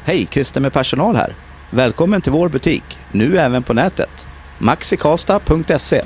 Hej, Christer med personal här. Välkommen till vår butik, nu även på nätet. maxikasta.se.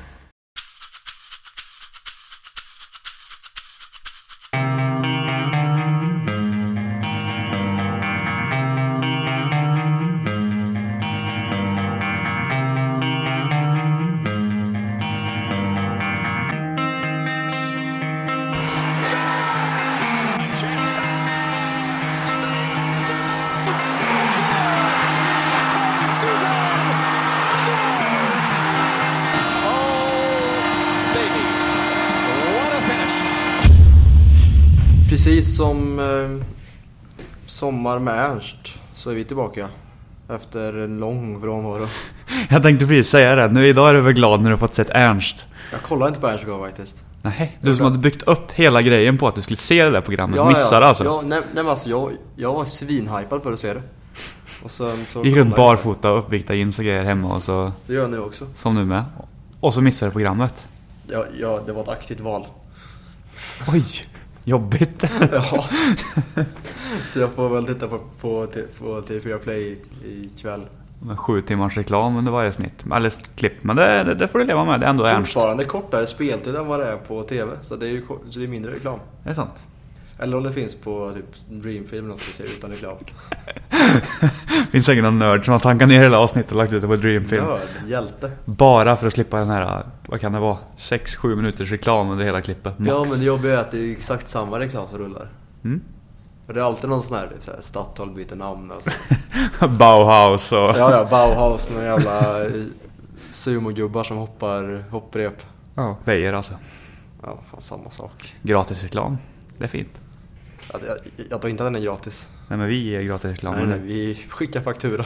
Precis som sommar med Ernst så är vi tillbaka efter en lång frånvaro. Jag tänkte precis säga det. Nu idag är du väl glad när du har fått sett Ernst. Jag kollar inte på Ernst igår faktiskt. Nej, du som hade byggt upp hela grejen på att du skulle se det där programmet. Missade alltså. Ja, nej, men alltså jag var svinhypad för att se det. Och så gick runt barfota och uppvikta jeans och grejer hemma och så. Det gör jag nu också. Som nu med. Och så missade du programmet. Ja, det var ett aktivt val. Oj, jobbigt. Ja. Så jag får väl titta på TV4 Play ikväll. Med 7 timmars reklam under varje snitt. Eller klipp, men det får du leva med. Det är ändå Ernst. Fortfarande kortare speltid än vad det är på TV. Så det är mindre reklam. Det är sant. Eller om det finns på typ Dreamfilm något som ser utan reklam. Finns säkert någon nörd som har tankat ner hela avsnittet och lagt ut det på Dreamfilm. Ja, hjälte. Bara för att slippa den här, vad kan det vara, 6-7 minuters reklam under hela klippet. Max. Ja, men det jobbiga är att det är exakt samma reklam som rullar. Och det är alltid någon sån här Statoil byter namn och så. Bauhaus och... Ja, Bauhaus, några jävla sumogubbar som hoppar hopprep. Ja, Beijer alltså. Ja, fan, samma sak. Gratis reklam, det är fint. Jag tror inte att den är gratis. Nej, men vi är gratis reklam. Nej, vi skickar faktura.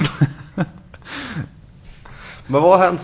Men vad har hänt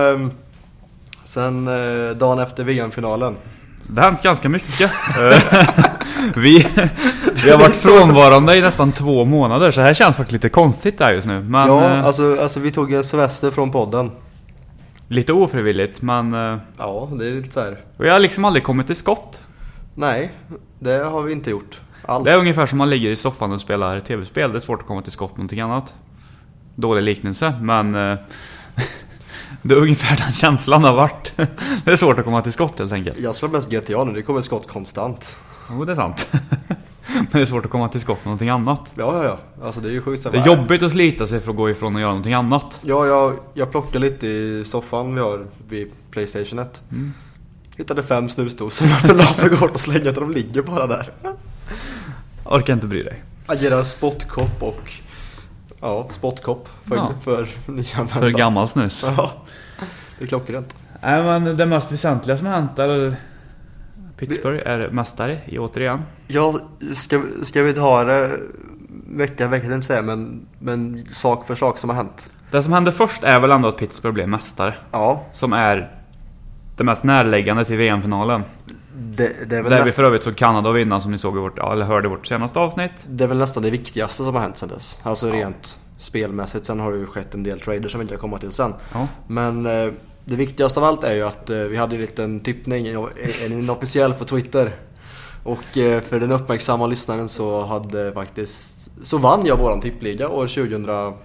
sen dagen efter VM-finalen? Det har hänt ganska mycket. Vi har varit frånvarande i nästan 2 månader. Så här känns faktiskt lite konstigt där just nu, men, ja, alltså vi tog en semester från podden. Lite ofrivilligt, men ja, det är lite så här. Vi har liksom aldrig kommit till skott. Nej, det har vi inte gjort alls. Det är ungefär som man ligger i soffan och spelar tv-spel. Det är svårt att komma till skott med någonting annat. Dålig liknelse, men det är ungefär den känslan har varit. Det är svårt att komma till skott helt enkelt. Jag spelar mest GTA nu, det kommer skott konstant. Jo, det är sant. Men det är svårt att komma till skott med någonting annat. Ja. Alltså det är ju sjukt. Det är jobbigt att slita sig för att gå ifrån och göra någonting annat. Ja, jag plockar lite i soffan vi har vid PlayStation 1. Hittade 5 snusdosor. Varför låter jag gå och slänga att de ligger bara där? Orkar inte bry dig. Agera spottkopp och... Ja, spottkopp för nyanvända. För gammal snus. Ja, det är klockrent. Nej, men det mest väsentliga som har hänt är Pittsburgh är mästare i återigen. Ja, ska vi ta det vecka tänkte jag säga, men sak för sak som har hänt. Det som hände först är väl ändå att Pittsburgh blev mästare. Ja. Som är det mest närläggande till VM-finalen. Det är väl där vi för övrigt såg Kanada vinna som ni såg eller hörde i vårt senaste avsnitt. Det är väl nästan det viktigaste som har hänt sedan dess. Alltså rent spelmässigt. Sen har det ju skett en del trader som vi inte kommer till sen. Ja. Men det viktigaste av allt är ju att vi hade en liten tippning, en officiell på Twitter. Och för den uppmärksamma lyssnaren så vann jag våran tippliga år 2015-16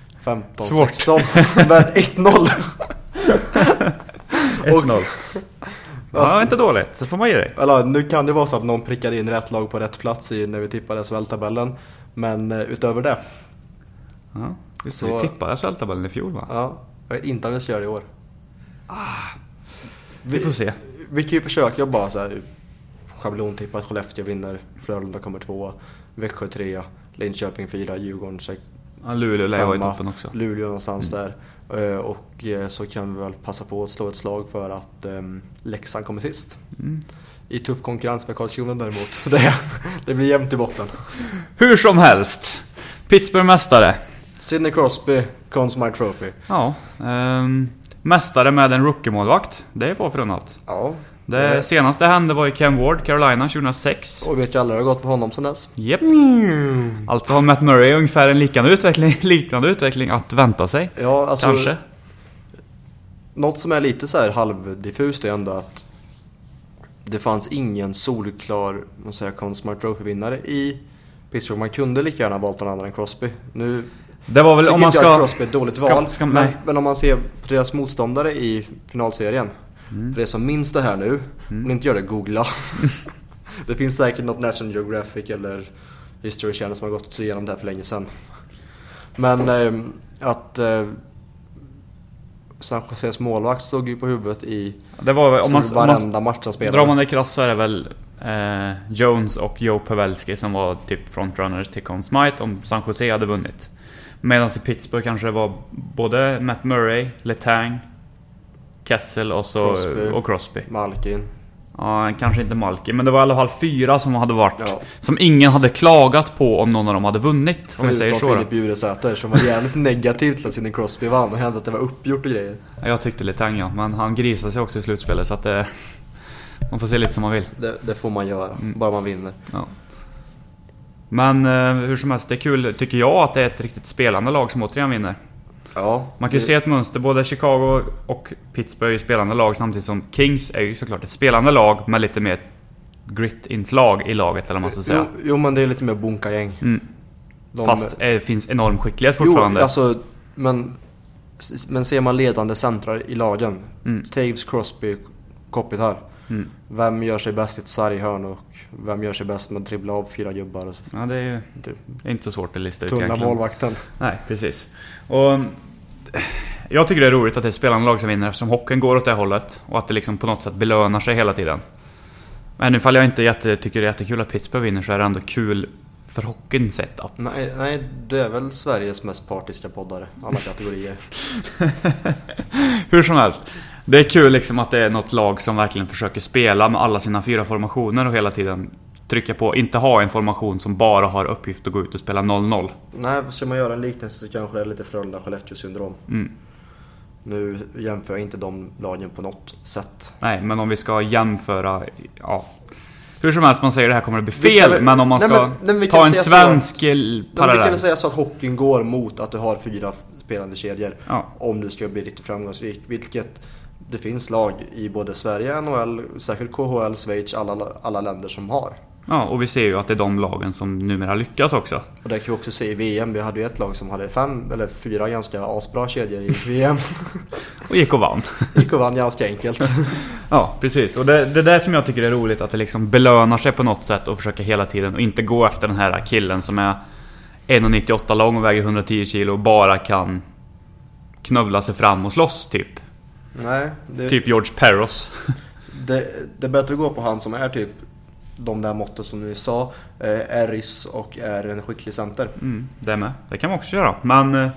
med 1-0. 1-0. Ja, inte dåligt. Det får man ge dig. Eller, nu kan det vara så att någon prickade in rätt lag på rätt plats när vi tippade SHL-tabellen. Men utöver det. Ja, så vi tippade SHL-tabellen i fjol, va? Ja, jag vet inte om vi ska göra det i år. Vi får se. Vi kan ju försöka bara så här schablontippa att Skellefteå vinner, Frölunda kommer 2, Växjö 3, Linköping 4, Djurgården 6. Ja, Luleå lär vara i toppen också. Luleå någonstans där. Och så kan vi väl passa på att slå ett slag för att Leksand kommer sist. I tuff konkurrens med Karlskrona däremot. Det blir jämnt i botten. Hur som helst. Pittsburgh mästare. Sidney Crosby, Conn Smythe Trophy. Ja, mästare med en rookie-målvakt. Det är få förunnat. Ja. Det senaste hände var i Ken Ward, Carolina 2006. Och vet ju alla det har gått för honom sedan dess. Japp. Alltså har Matt Murray ungefär en liknande utveckling att vänta sig. Ja, alltså, kanske. Något som är lite så här halvdiffust är ändå att det fanns ingen solklar Conn Smythe Trophy-vinnare i Pittsburgh, man kunde lika gärna valt någon annan än Crosby. Nu Det var väl om man ska... Crosby ett dåligt val. Men om man ser på deras motståndare i finalserien. För det som minns det här nu, om ni inte gör det, googla. Det finns säkert något National Geographic eller History Channel som har gått igenom det här för länge sedan. Men att San Joses målvakt stod ju på huvudet i det var, om man, varenda match han spelade. Drar man det krasst så är det väl Jones och Joe Pavelski som var typ frontrunners till Conn Smythe om San Jose hade vunnit. Medan i Pittsburgh kanske det var både Matt Murray, Letang, Kessel och Crosby. Malkin. Ja, kanske inte Malkin, men det var i alla fall 4 som hade varit som ingen hade klagat på om någon av dem hade vunnit, om vi säger så. Filip Bjuresäter som var jävligt negativ till att Sidney Crosby vann och hände att det var uppgjort och grejer. Ja, jag tyckte Letang, men han grisade sig också i slutspelet, så att man får se lite som man vill. Det får man göra, bara man vinner. Ja. Men hur som helst, det är kul, tycker jag, att det är ett riktigt spelande lag som återigen vinner. Ja, man kan ju se ett mönster, både Chicago och Pittsburgh är ju spelande lag, samtidigt som Kings är ju såklart ett spelande lag med lite mer grit-inslag i laget, eller vad man ska säga. Jo, men det är lite mer bunka-gäng. Fast det finns enorm skicklighet fortfarande. Jo, alltså, men ser man ledande centrar i lagen, Taves, Crosby, Kopitar. Vem gör sig bäst i ett sarghörn och vem gör sig bäst med att dribbla av 4 gubbar? Ja, det är ju inte så svårt att lista ut egentligen. Tunna målvakten. Nej, precis. Och jag tycker det är roligt att det är spelande lag som vinner, eftersom hockeyn går åt det hållet och att det liksom på något sätt belönar sig hela tiden. Men ifall jag inte tycker det är jättekul att Pittsburgh vinner, så är det ändå kul för hockeyn sett att... Nej, det är väl Sveriges mest partiska poddare, alla kategorier. Hur som helst, det är kul liksom att det är något lag som verkligen försöker spela med alla sina 4 formationer och hela tiden trycka på, inte ha en formation som bara har uppgift att gå ut och spela 0-0. Nej, ska man göra en liknelse så kanske det är lite Frölunda-Skellefteå-syndrom. Nu jämför jag inte de lagen på något sätt. Nej, men om vi ska jämföra, hur som helst, man säger det här kommer att bli fel, men om man ska ta en svensk parallell. Vi kan väl säga så att hockeyn går mot att du har 4 spelande kedjor om du ska bli riktigt framgångsrik, vilket det finns lag i både Sverige, NHL, särskilt KHL, Schweiz, alla länder som har. Ja, och vi ser ju att det är de lagen som numera lyckas också. Och det kan vi också se i VM. Vi hade ju ett lag som hade 5 eller 4 ganska asbra kedjor i VM. Och gick och vann. Gick och vann ganska enkelt. Ja, precis. Och det där som jag tycker är roligt, att det liksom belönar sig på något sätt och försöka hela tiden och inte gå efter den här killen som är 1,98 lång och väger 110 kilo och bara kan knövla sig fram och slåss typ. Nej, typ George Peros. Det är bättre att gå på han som är typ de där måtten som ni sa, är ryss och är en skicklig center. Det med. Det kan man också göra. Men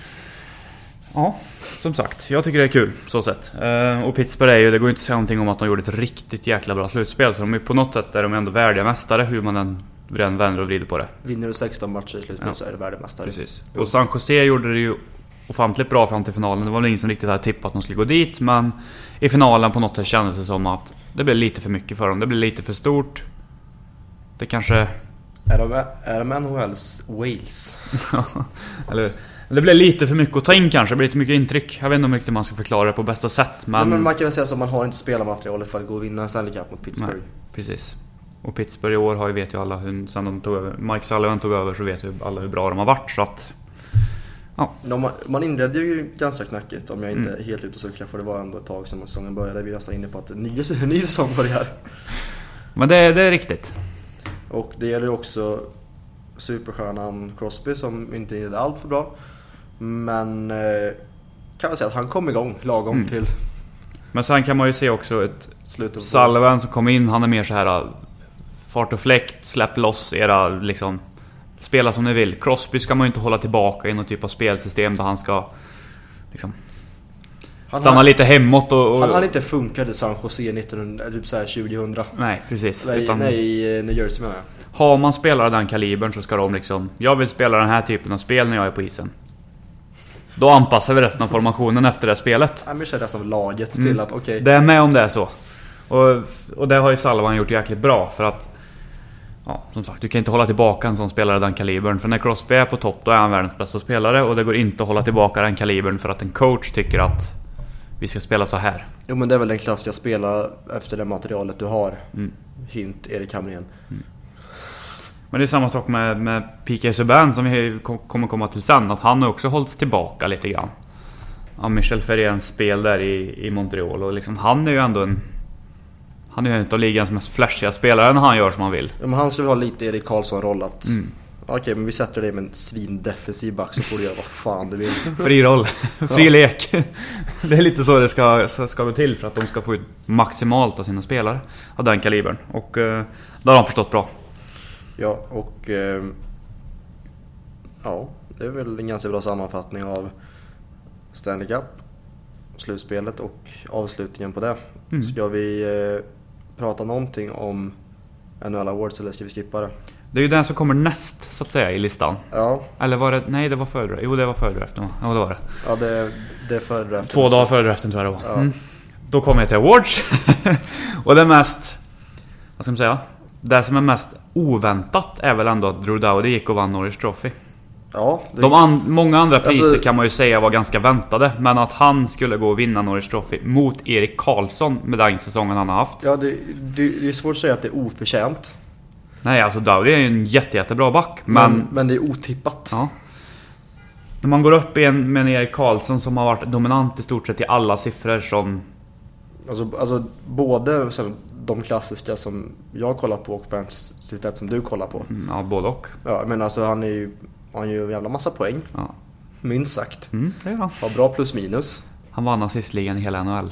ja, som sagt, jag tycker det är kul så sätt. Och Pittsburgh är ju, det går inte att säga någonting om att de gjorde ett riktigt jäkla bra slutspel, så de är på något sätt är de ändå värdiga mästare, hur man än vänder och vrider på det. Vinner du 16 matcher i slutspel så är det värdiga mästare. Precis. Och San Jose gjorde det ju ofantligt bra fram till finalen. Det var väl ingen som riktigt hade tippat att de skulle gå dit, men i finalen på något sätt kändes det som att det blev lite för mycket för dem. Det blev lite för stort. Det kanske... Är de NHLs Wales? Eller det blev lite för mycket att ta in kanske. Det blev lite mycket intryck. Jag vet inte om riktigt man ska förklara det på bästa sätt. Men man kan väl säga att man har inte spelarmaterialet för att gå och vinna en Stanley Cup mot Pittsburgh. Nej, precis. Och Pittsburgh i år vet ju alla hur, sen de tog över, Mike Sullivan tog över, så vet ju alla hur bra de har varit, så att... Ja. Man inledde ju ganska knackigt, om jag inte är helt ute och cyklar, för det var ändå ett tag sedan säsongen började. Vi är nästan inne på att en ny säsong börjar. Men det är riktigt. Och det gäller ju också superstjärnan Crosby, som inte är allt för bra. Men kan man säga att han kom igång lagom till. Men sen kan man ju se också ett Sullivan som kom in, han är mer så här fart och fläkt, släpp loss era liksom, spela som ni vill. Crosby ska man ju inte hålla tillbaka i någon typ av spelsystem där han ska liksom stanna lite hemåt och han hade inte funkat i San Jose 2000. Nej, precis. Nej, i New Jersey menar jag. Har man spelare den kalibern så ska de liksom, jag vill spela den här typen av spel när jag är på isen. Då anpassar vi resten av formationen efter det spelet. Ja, men kör resten av laget till att okej. Det är med om det är så. Och det har ju Sullivan gjort jäkligt bra, för att som sagt, du kan inte hålla tillbaka en sån spelare den kalibern. För när Crosby är på topp, då är han världens bästa spelare. Och det går inte att hålla tillbaka den kalibern för att en coach tycker att vi ska spela så här. Jo, men det är väl den klassiska, spela efter det materialet du har. Hint Erik Hamrén. Men det är samma sak med P.K. Subban som vi kommer komma till sen. Att han har också hållits tillbaka lite grann. Ja, Michel Ferriens spel där i Montreal. Och liksom, han är ju ändå han är ju en av ligans mest flashiga spelare när han gör som han vill. Ja, men han skulle ha lite Erik Karlsson-roll att... Okej, men vi sätter dig med en svindefensiv back så får du göra vad fan du vill. Fri roll, fri lek. Det är lite så det ska gå till för att de ska få ut maximalt av sina spelare av den kalibern. Och det har de förstått bra. Ja, och ja, det är väl en ganska bra sammanfattning av Stanley Cup, slutspelet och avslutningen på det. Ska vi prata någonting om NHL Awards eller ska vi skippa det? Det är ju den som kommer näst så att säga i listan. Ja. Eller var det? Nej, det var före. Jo, det var före draften. Ja, det var det. Ja, det är före draften. 2 dagar före draften tror jag det var. Ja. Då kommer jag till Awards. Och det mest, vad ska man säga? Det som är mest oväntat är väl ändå att Drew Doughty gick och vann Norris Trophy. Ja, många andra priser kan man ju säga var ganska väntade. Men att han skulle gå och vinna Norris Trophy mot Erik Karlsson med den säsongen han har haft. Ja, det är svårt att säga att det är oförtjänt. Nej, alltså Doughty är ju en jättebra back. Men det är otippat. Ja. När man går upp med en Erik Karlsson som har varit dominant i stort sett i alla siffror som... Alltså både de klassiska som jag kollar på och Fantasy som du kollar på. Ja, både och. Ja, men alltså han gör ju en jävla massa poäng. Ja. Minst sagt. Det är bra. Har bra plus minus. Han vann assistligan i hela NHL.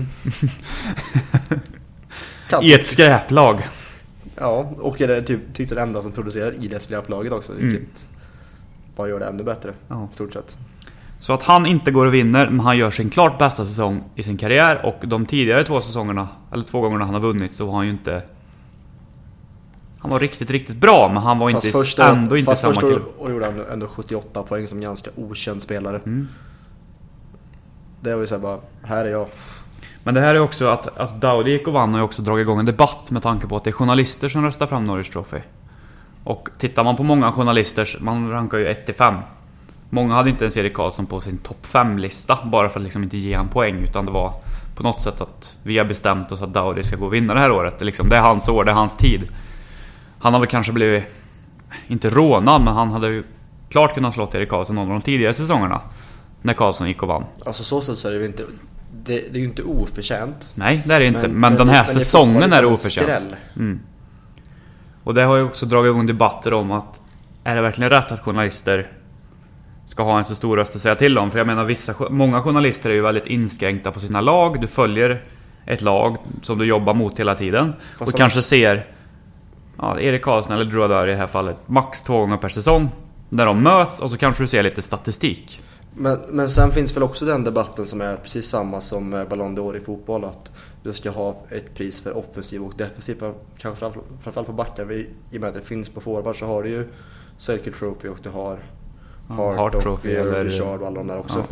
I ett skräplag. Ja, och är det typ det enda som producerar i det skräplaget också. Vilket bara gör det ännu bättre. Ja. I stort sett. Så att han inte går och vinner, men han gör sin klart bästa säsong i sin karriär. Och de tidigare 2 säsongerna, eller 2 gångerna han har vunnit, så var han ju inte... Han var riktigt bra, men han var inte ändå inte samma kille. Och gjorde han ändå 78 poäng som ganska okänd spelare. Det var ju så här bara, här är jag. Men det här är också att Doughty gick och vann har ju också dragit igång en debatt med tanke på att det är journalister som röstar fram Norris Trophy. Och tittar man på många journalister, man rankar ju 1-5. Många hade inte ens Erik Karlsson på sin topp 5-lista bara för att liksom inte ge han poäng, utan det var på något sätt att vi har bestämt oss att Doughty ska gå och vinna det här året. Det är hans år, det är hans tid. Han har väl kanske blivit, inte rånad, men han hade ju klart kunnat slå Erik Karlsson någon av de tidigare säsongerna när Karlsson gick och vann. Alltså så är det ju inte, det är ju inte oförtjänt. Nej, det är det inte, men den här säsongen är oförtjänt. Och det har ju också dragit igång debatter om att är det verkligen rätt att journalister ska ha en så stor röst att säga till om? För jag menar, många journalister är ju väldigt inskränkta på sina lag. Du följer ett lag som du jobbar mot hela tiden. Och kanske ser Erik Karlsson eller Drew Doughty i det här fallet max 2 gånger per säsong när de möts, och så kanske du ser lite statistik. Men sen finns väl också den debatten som är precis samma som Ballon d'Or i fotboll, att du ska ha ett pris för offensiv och defensiv, kanske framförallt på backar. I och med att det finns på forward så har du ju Selke Trophy och du har Hart Trophy eller Richard och alla de där också.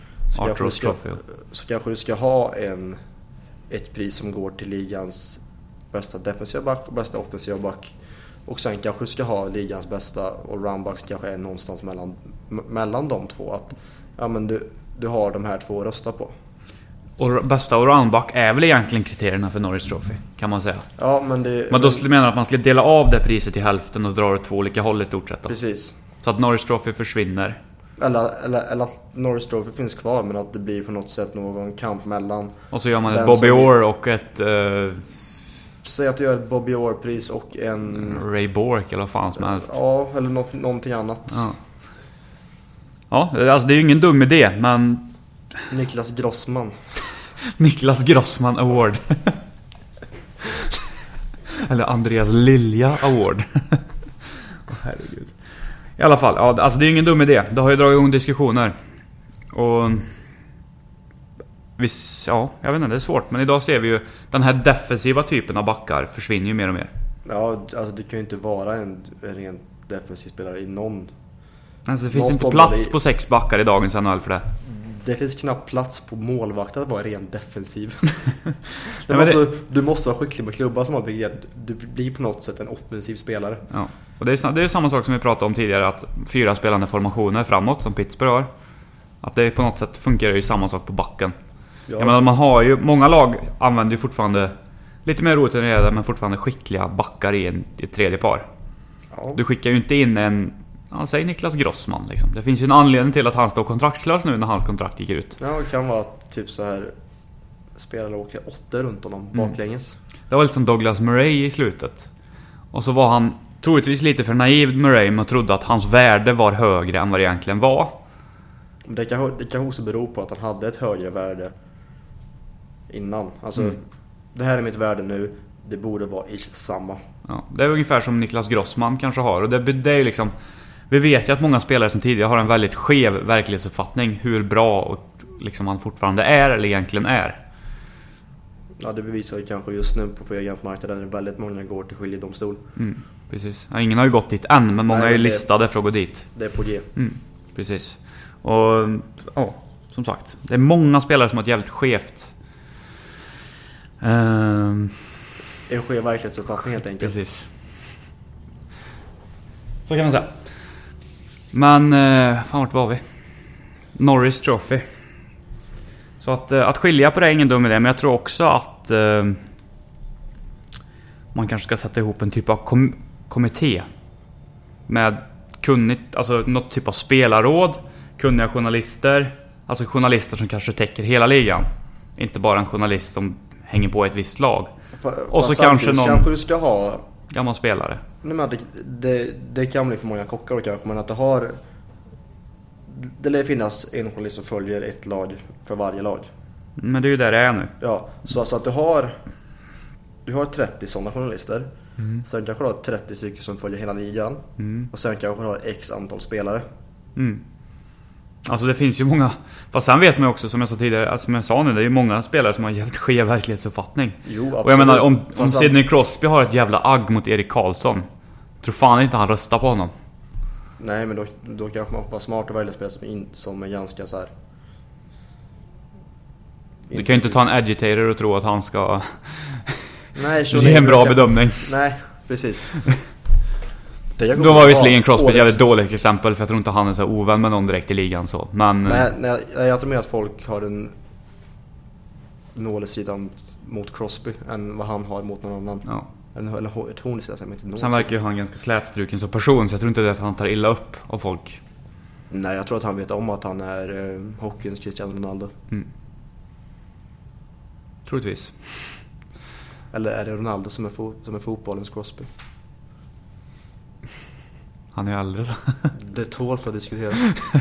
Så kanske du ska ha ett pris som går till ligans bästa defensiva back och bästa offensiva back. Och sen kanske du ska ha ligans bästa allround-back, kanske är någonstans mellan de två. Att du har de här 2 att rösta på. Och bästa allround-back är väl egentligen kriterierna för Norris Trophy, kan man säga. Ja, men då skulle mena att man skulle dela av det priset i hälften och dra åt 2 olika håll i stort sett. Precis. Så att Norris Trophy försvinner. Eller att Norris Trophy finns kvar, men att det blir på något sätt någon kamp mellan. Och så gör man ett Bobby Orr och ett... Säg att du gör ett Bobby Orr-pris och en... Ray Bork eller vad fan som helst. Ja, eller någonting annat. Ja, alltså det är ju ingen dum idé, men... Niklas Grossman. Niklas Grossman Award. Eller Andreas Lilja Award. Herregud. I alla fall, alltså det är ju ingen dum idé. Det har ju dragit igång diskussioner. Och... jag vet inte, det är svårt. Men idag ser vi ju den här defensiva typen av backar försvinner ju mer och mer. Ja, alltså det kan ju inte vara en rent defensiv spelare i någon. Alltså det finns inte plats på 6 backar i dagens NHL för det. Det finns knappt plats på målvakten att vara rent defensiv. Du måste vara skicklig med klubbar som har att du blir på något sätt en offensiv spelare. Ja. Och det är samma sak som vi pratade om tidigare, att 4 spelande formationer framåt som Pittsburgh har. Att det på något sätt funkar ju samma sak på backen. Ja. Jag menar, man har ju, många lag använder ju fortfarande lite mer rutinerade men fortfarande skickliga backar i ett tredje par. Ja. Du skickar ju inte in en, säg Niklas Grossman liksom. Det finns ju en anledning till att han står kontraktslös nu när hans kontrakt gick ut. Ja, det kan vara typ så här spelare åker 8 runt honom baklänges. Det var liksom Douglas Murray i slutet. Och så var han troligtvis lite för naiv Murray, men trodde att hans värde var högre än vad det egentligen var. Det kan också bero på att han hade ett högre värde innan. Alltså, det här är mitt värde nu. Det borde vara samma. Ja, det är ungefär som Niklas Grossman kanske har. Och det är liksom, vi vet ju att många spelare som tidigare har en väldigt skev verklighetsuppfattning. Hur bra och liksom han fortfarande är eller egentligen är. Ja, det bevisar ju kanske just nu på agentmarknaden där väldigt många går till skiljedomstol. Precis. Ja, ingen har ju gått dit än, men många är listade för att gå dit. Det är på G. Precis. Och som sagt, det är många spelare som har ett jävligt skevt en skev verklighetsuppfattning helt enkelt. Precis. Så kan man säga. Men fan, vart var vi? Norris Trophy. Så att skilja på det är ingen dum idé. Men jag tror också att man kanske ska sätta ihop en typ av kommitté med kunnigt, alltså något typ av spelarråd, kunniga journalister, alltså journalister som kanske täcker hela ligan, inte bara en journalist som hänger på ett visst lag. Och så kanske någon kanske du ska ha gammal spelare. Nej, men det kan bli för många kockar då kanske, men att det lär finnas en journalist som följer ett lag för varje lag. Men det är ju där det är nu. Ja, så alltså att du har 30 sådana journalister. Sen kanske du har 30 stycken som följer hela ligan. Och sen kanske du har x antal spelare. Alltså det finns ju många. Fast sen vet man ju också, som jag sa tidigare, alltså, som jag sa nu, det är ju många spelare som har en jävligt skev verklighetsuppfattning. Jo, absolut. Och jag menar, om Sidney Crosby har ett jävla agg mot Erik Karlsson, tror fan inte han röstar på honom. Nej, men då kanske man får vara smart och välja spelare som är ganska så här. Du kan ju inte ta en agitator och tro att han ska ge en bra bedömning. Nej, precis. Då var visserligen Crosby ett jävligt dåligt exempel, för jag tror inte han är så ovän med någon direkt i ligan så. Men nej, jag tror mer att folk har en nålsidan mot Crosby än vad han har mot någon annan. Ja. Eller ett horn i sidan, inte någon. Sen verkar ju han ganska slätstruken som person, så jag tror inte det att han tar illa upp av folk. Nej, jag tror att han vet om att han är hockeyns Cristiano Ronaldo. Troligtvis. Eller är det Ronaldo som är fotbollens Crosby? Han är äldre så. Det tål för att diskutera.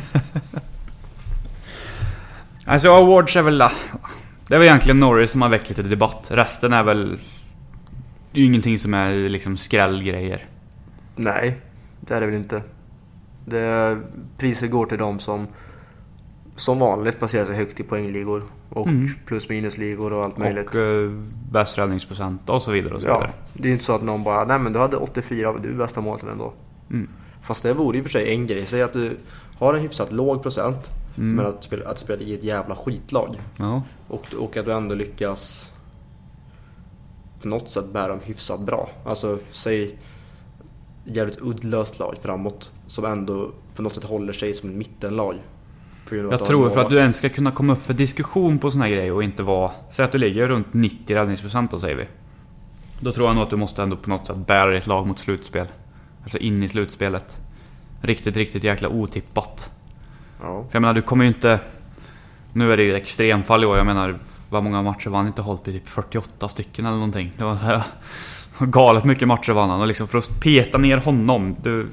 Alltså awards är väl, det är väl egentligen Norris som har väckt lite debatt. Resten är väl ju ingenting som är liksom skrällgrejer. Nej, det är det väl inte. Priser går till dem som vanligt placerar sig högt i poängligor och plus minusligor och allt möjligt. Och bäst räddningsprocent och så vidare och så vidare. Det är inte så att någon bara, nej men du hade 84, du är bästa målet ändå. Fast det vore ju för sig en grej. Säg att du har en hyfsat låg procent, men att spela i ett jävla skitlag. Ja. Och att du ändå lyckas på något sätt bära dem hyfsat bra. Alltså, säg jävligt uddlöst lag framåt som ändå på något sätt håller sig som en mittenlag. Jag tror för att du ens ska kunna komma upp för diskussion på såna här grejer och inte vara, säg att du ligger runt 90 räddningsprocent då, säger vi. Då tror jag nog att du måste ändå på något sätt bära ditt lag mot slutspel. Alltså in i slutspelet. Riktigt jäkla otippat. Ja. För jag menar, du kommer ju inte, nu är det ju ett extremfall i år. Jag menar, vad många matcher vann inte hållit på typ 48 stycken eller någonting. Det var så här galet mycket matcher vann han. Och liksom för att peta ner honom,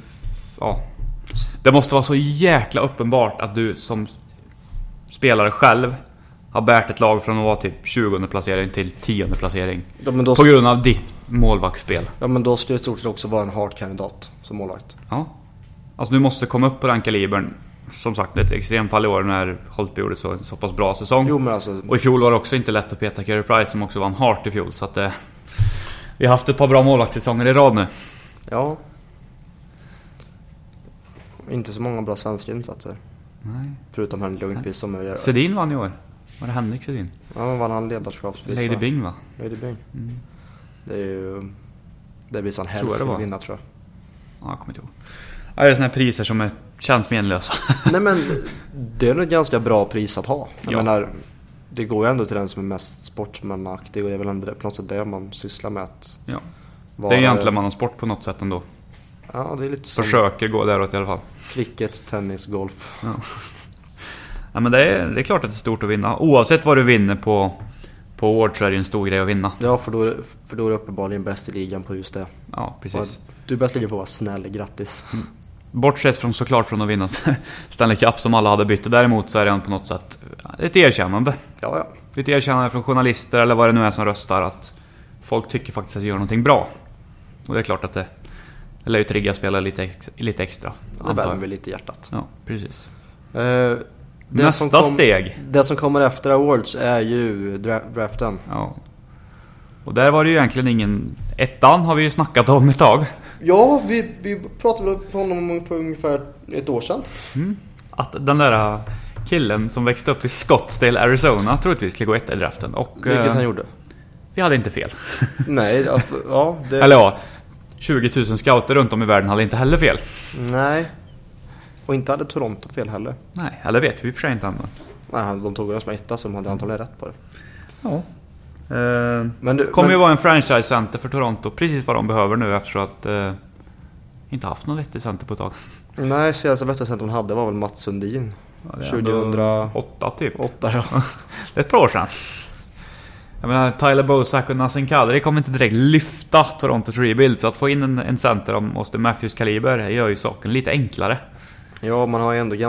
det måste vara så jäkla uppenbart att du som spelare själv har bärt ett lag från att vara typ 20:e placering till 10:e placering. Ja, men då på grund av ditt målvaktsspel. Ja, men då ska det stort sett också vara en hard-kandidat som målvakt. Ja. Alltså du måste komma upp på den kalibern. Som sagt, ett extremfall i år när Holtby gjorde så pass bra säsong. Jo, men alltså... Och i fjol var det också inte lätt att peta Carey Price som också var en Hart i fjol. Så att vi har haft ett par bra målvaktssäsonger i rad nu. Ja. Inte så många bra svenska insatser. Nej. Förutom Henrik Lundqvist som är... Sedin vann i år. Var det Henrik Sedin? Ja, men vann han ledarskapspris? Lady Bing, va? Lady Bing. Det är ju... Det blir sån helst att vinna, tror jag. Ja, jag kommer inte ihåg. Ja, det är såna här priser som känns menlösa. Nej, men det är nog ett ganska bra pris att ha. Jag menar, det går ju ändå till den som är mest sportsmanaktig. Och det är väl ändå på något sätt det man sysslar med att... Ja. Det är egentligen man har sport på något sätt ändå. Ja, det är lite som försöker gå däråt i alla fall. cricket, tennis, golf. Ja, men det är klart att det är stort att vinna. Oavsett vad du vinner på Award så är det ju en stor grej att vinna. Ja, för då är du uppenbarligen bäst i ligan på just det. Ja, precis. Du är bäst i ligan på att vara snäll, grattis. Bortsett från såklart från att vinna Stanley Cup som alla hade bytt. Och däremot så är det på något sätt ett erkännande. Ja. Ett erkännande från journalister eller vad det nu är som röstar att folk tycker faktiskt att det gör någonting bra. Och det är klart att det lär ju trigga spelare lite extra. Det värmer väl lite i hjärtat. Ja, precis. Nästa steg. Det som kommer efter Awards är ju draften. Ja. Och där var det ju egentligen ingen... Ettan har vi ju snackat om ett tag. Ja, vi pratade om honom för ungefär ett år sedan. Att den där killen som växte upp i Scottsdale, Arizona, troligtvis skulle gå etta i draften. Och, vilket han gjorde. Vi hade inte fel. Nej, ja. Eller ja, 20 000 scouter runt om i världen hade inte heller fel. Nej. Och inte hade Toronto fel heller. Nej, eller vet vi för sig inte. Nej, de tog den som etta som hade antagligen rätt på det. Ja. Kommer ju vara en franchise-center för Toronto. Precis vad de behöver nu efter att inte haft någon vettig center på ett tag. Nej, senaste vettiga center hon hade var väl Mats Sundin. Ja, 2008 typ. 8, ja. Det är ett par år sedan. Jag menar, Tyler Bozak och Nassim Kadri kommer inte direkt lyfta Torontos rebuild. Så att få in en center om Austin Matthews kaliber gör ju saken lite enklare. Ja, man har ju ändå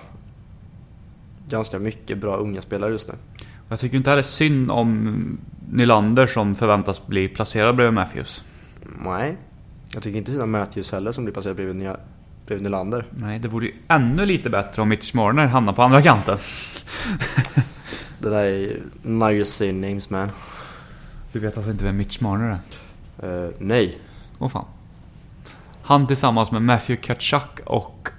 ganska mycket bra unga spelare just nu. Jag tycker inte heller synd om Nylander som förväntas bli placerad bredvid Matthews. Nej, jag tycker inte synd om Matthews heller som blir placerad bredvid Nylander. Nej, det vore ju ännu lite bättre om Mitch Marner hamnar på andra kanten. Det där är now you say names, man. Du vet alltså inte vem Mitch Marner är? Nej. Åh fan. Han tillsammans med Matthew Tkachuk och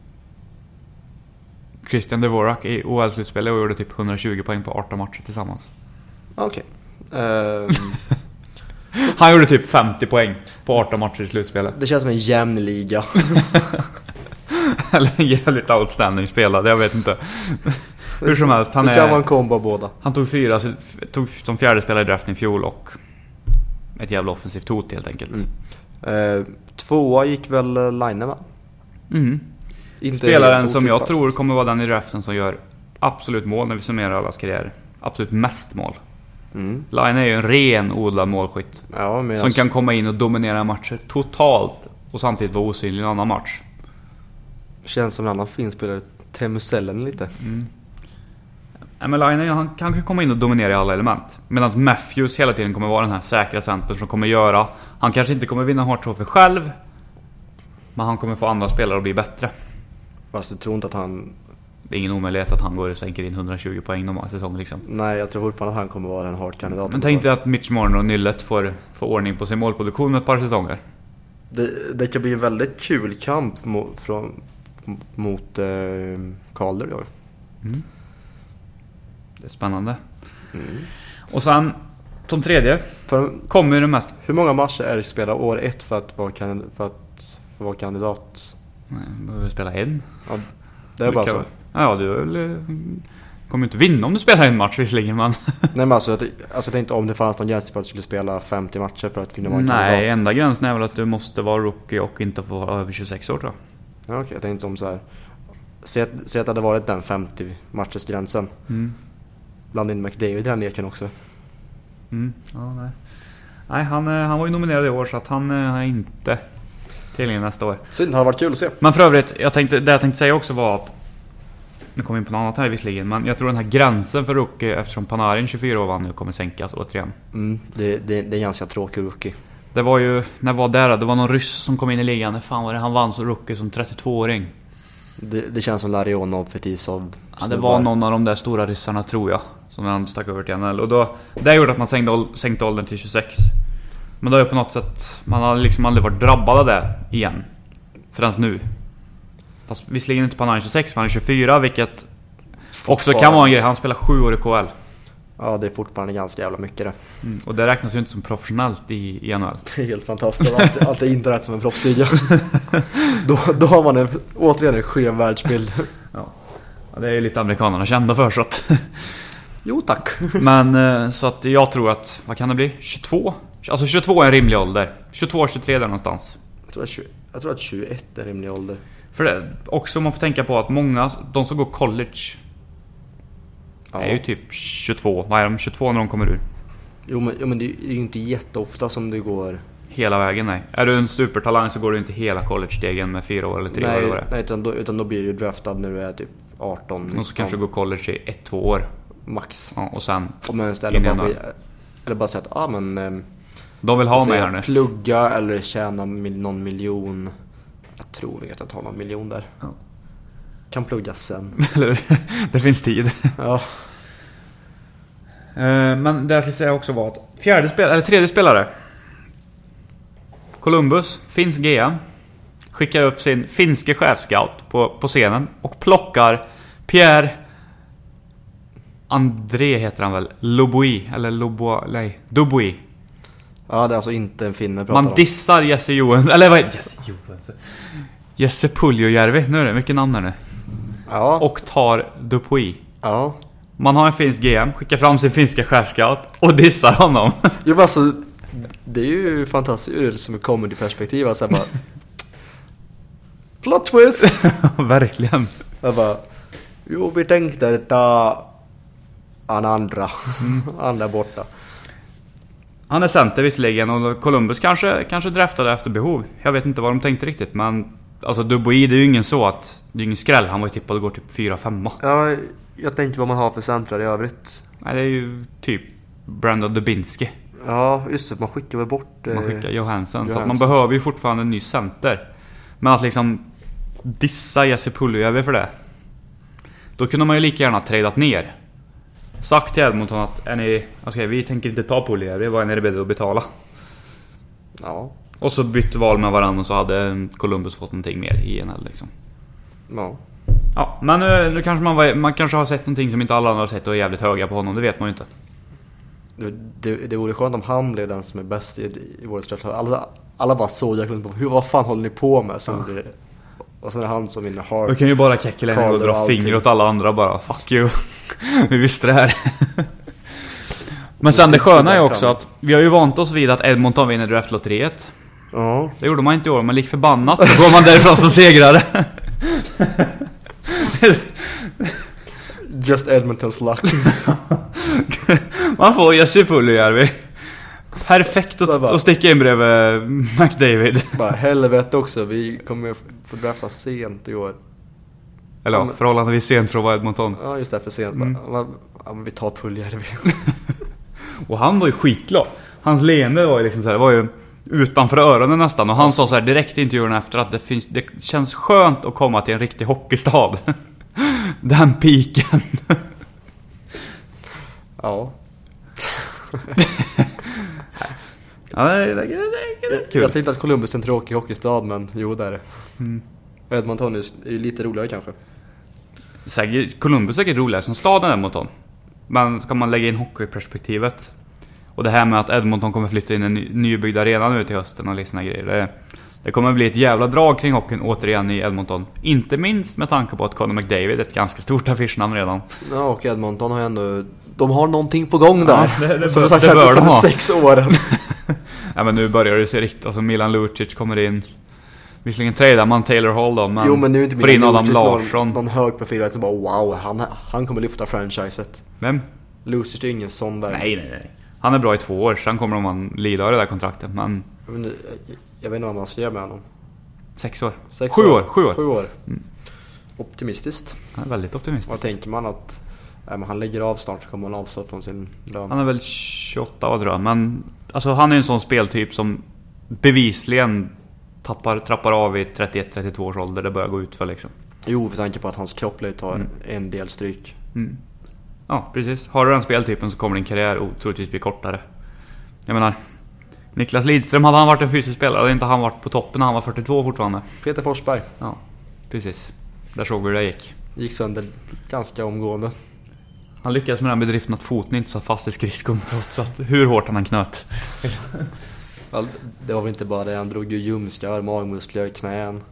Christian Dvorak i OL-slutspelet och gjorde typ 120 poäng på 18 matcher tillsammans. Okej. Han gjorde typ 50 poäng på 18 matcher i slutspelet. Det känns som en jämn liga. Eller en jävligt outstanding spelare, jag vet inte. Hur som helst, det kan vara en kombo av båda. Han tog som fjärde spelare i draften i fjol och ett jävla offensivt hot helt enkelt. Tvåa gick väl Line, va? Spelaren som jag tror kommer vara den i draften som gör absolut mål när vi summerar allas karriär. Absolut mest mål. Line är ju en ren odlad målskytt. Ja, men som kan komma in och dominera matcher totalt och samtidigt vara osynlig i en annan match. Känns som en annan fin spelare. Teemu Selänne lite. Men Line, han kan komma in och dominera i alla element. Medan Matthews hela tiden kommer vara den här säkra centern som kommer göra... Han kanske inte kommer vinna Hart Trophy själv, men han kommer få andra spelare att bli bättre. Fast du tror inte att han... Det är ingen omöjlighet att han går och sänker in 120 poäng någon säsong liksom. Nej, jag tror fortfarande att han kommer vara en Hart-kandidat. Men tänk inte att Mitch Marner och Nyllet får ordning på sin målproduktion med ett par säsonger. Det kan bli en väldigt kul kamp mot Calder i år. Det är spännande. Och sen som tredje kommer ju det mest... Hur många matcher är det spela år 1 för att vara kandidat? Nej, behöver spela en. Ja, det är bara så. Ja, du kommer inte vinna om du spelar en match visserligen, men... Nej, men alltså jag tänkte om det fanns någon gräns på att du skulle spela 50 matcher för att finna vara en kandidat. Nej, enda gränsen är väl att du måste vara rookie och inte få vara över 26 år, tror jag. Ja, okej, jag tänkte om så här. Säg att det hade varit den 50 matchers gränsen. Bland in McDavid i den leken också. Ja, nej, han var ju nominerad i år, så att han är inte tillgänglig nästa år. Synd, det hade varit kul att se. Men för övrigt, det jag tänkte säga också var att... Nu kommer vi in på något annat här visserligen, men jag tror den här gränsen för rookie, eftersom Panarin 24 år vann nu, kommer sänkas återigen. Det är ganska tråkig rookie. Det var ju, när var det var någon ryss som kom in i ligan. Fan var det, han vann som rookie som 32-åring. Det känns som Larionov, Fetisov. Ja, det var någon av de där stora ryssarna, tror jag, som han stack över till NHL. Och då, det gjorde att man sänkte åldern till 26. Men då är det på något sätt, man har liksom aldrig varit drabbad av det igen förrän nu. Fast visserligen inte Panarin 26, men han är 24, vilket också kan vara en grej. Han spelar 7 år i KL. Ja, det är fortfarande ganska jävla mycket det. Och det räknas ju inte som professionellt i NHL. Det är helt fantastiskt. Allt är inte rätt som en proffsliga. då har man återigen en skev världsbild. Ja, det är ju lite amerikanerna kända för, så att... Jo, tack. Men så att jag tror att, vad kan det bli? 22? Alltså 22 är en rimlig ålder. 22-23 där någonstans. Jag tror Jag tror att 21 är rimlig ålder. För det också man får tänka på att många, de som går college är ju typ 22. Vad är de? 22 när de kommer ur? Jo men det är ju inte jätteofta som det går hela vägen, nej. Är du en supertalang så går du inte hela college-stegen med 4 år eller 3 år. Nej, utan då blir du draftad när du är typ 18, 19. Och så kanske går college i 1-2 år. Max. Ja, och sen eller bara säga att de vill ha mig här nu. Plugga eller tjäna någon miljon. Jag tror inte att jag tar någon miljon där. Ja. Kan plugga sen. Det finns tid. Ja. Men det jag ska säga också var att tredje spelare Columbus, finsk GM, skickar upp sin finske chefscout på scenen och plockar Pierre André heter han väl, Dubois. Ja, det är alltså inte en finne pratar man dissar Jesse Johansson. Eller vad är Jesse Johansson? Jesse Puljujärvi, nu är det mycket namn här nu. Ja. Och tar Dupuis. Ja. Man har en finsk GM, skickar fram sin finska chefscout och dissar honom. Jo, alltså, det är ju fantastiskt ur som ett comedy-perspektiv. Alltså, bara, plot twist! Verkligen. Jag bara, jo, vi tänkte ta en andra. Andra borta. Han är center visserligen och Columbus kanske draftade efter behov. Jag vet inte vad de tänkte riktigt, men alltså Dubois, det är ju ingen så att det är ingen skräll. Han var ju tippad och går typ 4-5. Ja, jag tänkte vad man har för centrar i övrigt. Nej, det är ju typ Brandon Dubinsky. Ja, just det, man skickar väl bort man skickar Johansson. Så att man behöver ju fortfarande en ny center. Men att liksom dissa Jesse Puljujärvi för det, då kunde man ju lika gärna tradat ner. Sagt till Edmonton att vi tänker inte ta Puljujärvi, vad är ni beredda att betala? Ja. Och så bytte val med varandra och så hade Columbus fått någonting mer i NHL liksom. Ja. Ja, men nu kanske man kanske har sett någonting som inte alla andra har sett och är jävligt höga på honom, det vet man ju inte. Det vore skönt om han blev den som är bäst i vårt sträck. Alla bara så jäkla på vad fan håller ni på med? Och sen är han som vinner Hart. Då kan ju bara Kekkelainen och dra finger åt alla andra bara, fuck you. Vi visste det här. Men sen det sköna är också att vi har ju vant oss vid att Edmonton vinner draftlotteriet. Ja. Det gjorde man inte i år, men lik förbannat så går man därifrån som segrare. Just Edmontons luck. Man får Jesse Puljujärvi. Perfekt att sticka in bredvid McDavid. Bara helvete också, vi kommer få drafta sent i år. Eller ja, förhållandevis sent för att vara Edmonton. Ja, just det, för sent. Men vi tar Puljujärvi. Och han var ju skitglad. Hans leende var ju liksom så här, det var ju utanför öronen nästan. Och han sa så här direkt i intervjun efter att det känns skönt att komma till en riktig hockeystad. Den piken. Ja. Ja, det är kul. Jag säger inte att Columbus är en tråkig hockeystad, men jo, det är det. Edmonton är ju lite roligare kanske. Columbus är roligare som staden Edmonton. Men ska man lägga in hockeyperspektivet och det här med att Edmonton kommer flytta in en nybyggd arena nu till hösten och såna grejer, det kommer bli ett jävla drag kring hockeyn återigen i Edmonton. Inte minst med tanke på att Conor McDavid är ett ganska stort affischnamn redan. Ja, och Edmonton har ju ändå, de har någonting på gång där. Ja, det som bör de ha. 6 åren. Ja, men nu börjar det se riktigt. Alltså Milan Lucic kommer in. Visserligen tradar man Taylor Hall då, men jo, men nu är inte får in Adam Larsson. Någon hög profil att bara wow, han kommer lyfta franchiset. Vem? Lucic är ingen sån där. Nej. Han är bra i 2 år, sen kommer de lida av det där kontraktet, men jag vet inte vad man skrev med honom. 6 år. 7 år. 7 år. Optimistiskt. Han är väldigt optimistisk. Vad tänker man att han lägger av snart, så kommer han avstå från sin lön. Han är väl 28 år tror jag, men alltså han är en sån speltyp som bevisligen trappar av i 31-32 års ålder. Det börjar gå ut för liksom. Jo, för tanke på att hans kropp tar en del stryk. Ja, precis. Har du den speltypen så kommer din karriär troligtvis bli kortare. Jag menar, Niklas Lidström, hade han varit en fysisk spelare hade inte han varit på toppen när han var 42 fortfarande. Peter Forsberg. Ja, precis. Där såg vi hur det gick. Gick sönder ganska omgående. Han lyckades med den bedriften att foten inte satt fast i skridskon trots att hur hårt han knöt. Det var väl inte bara det, han drog ju ljumskar, magmuskler, knän.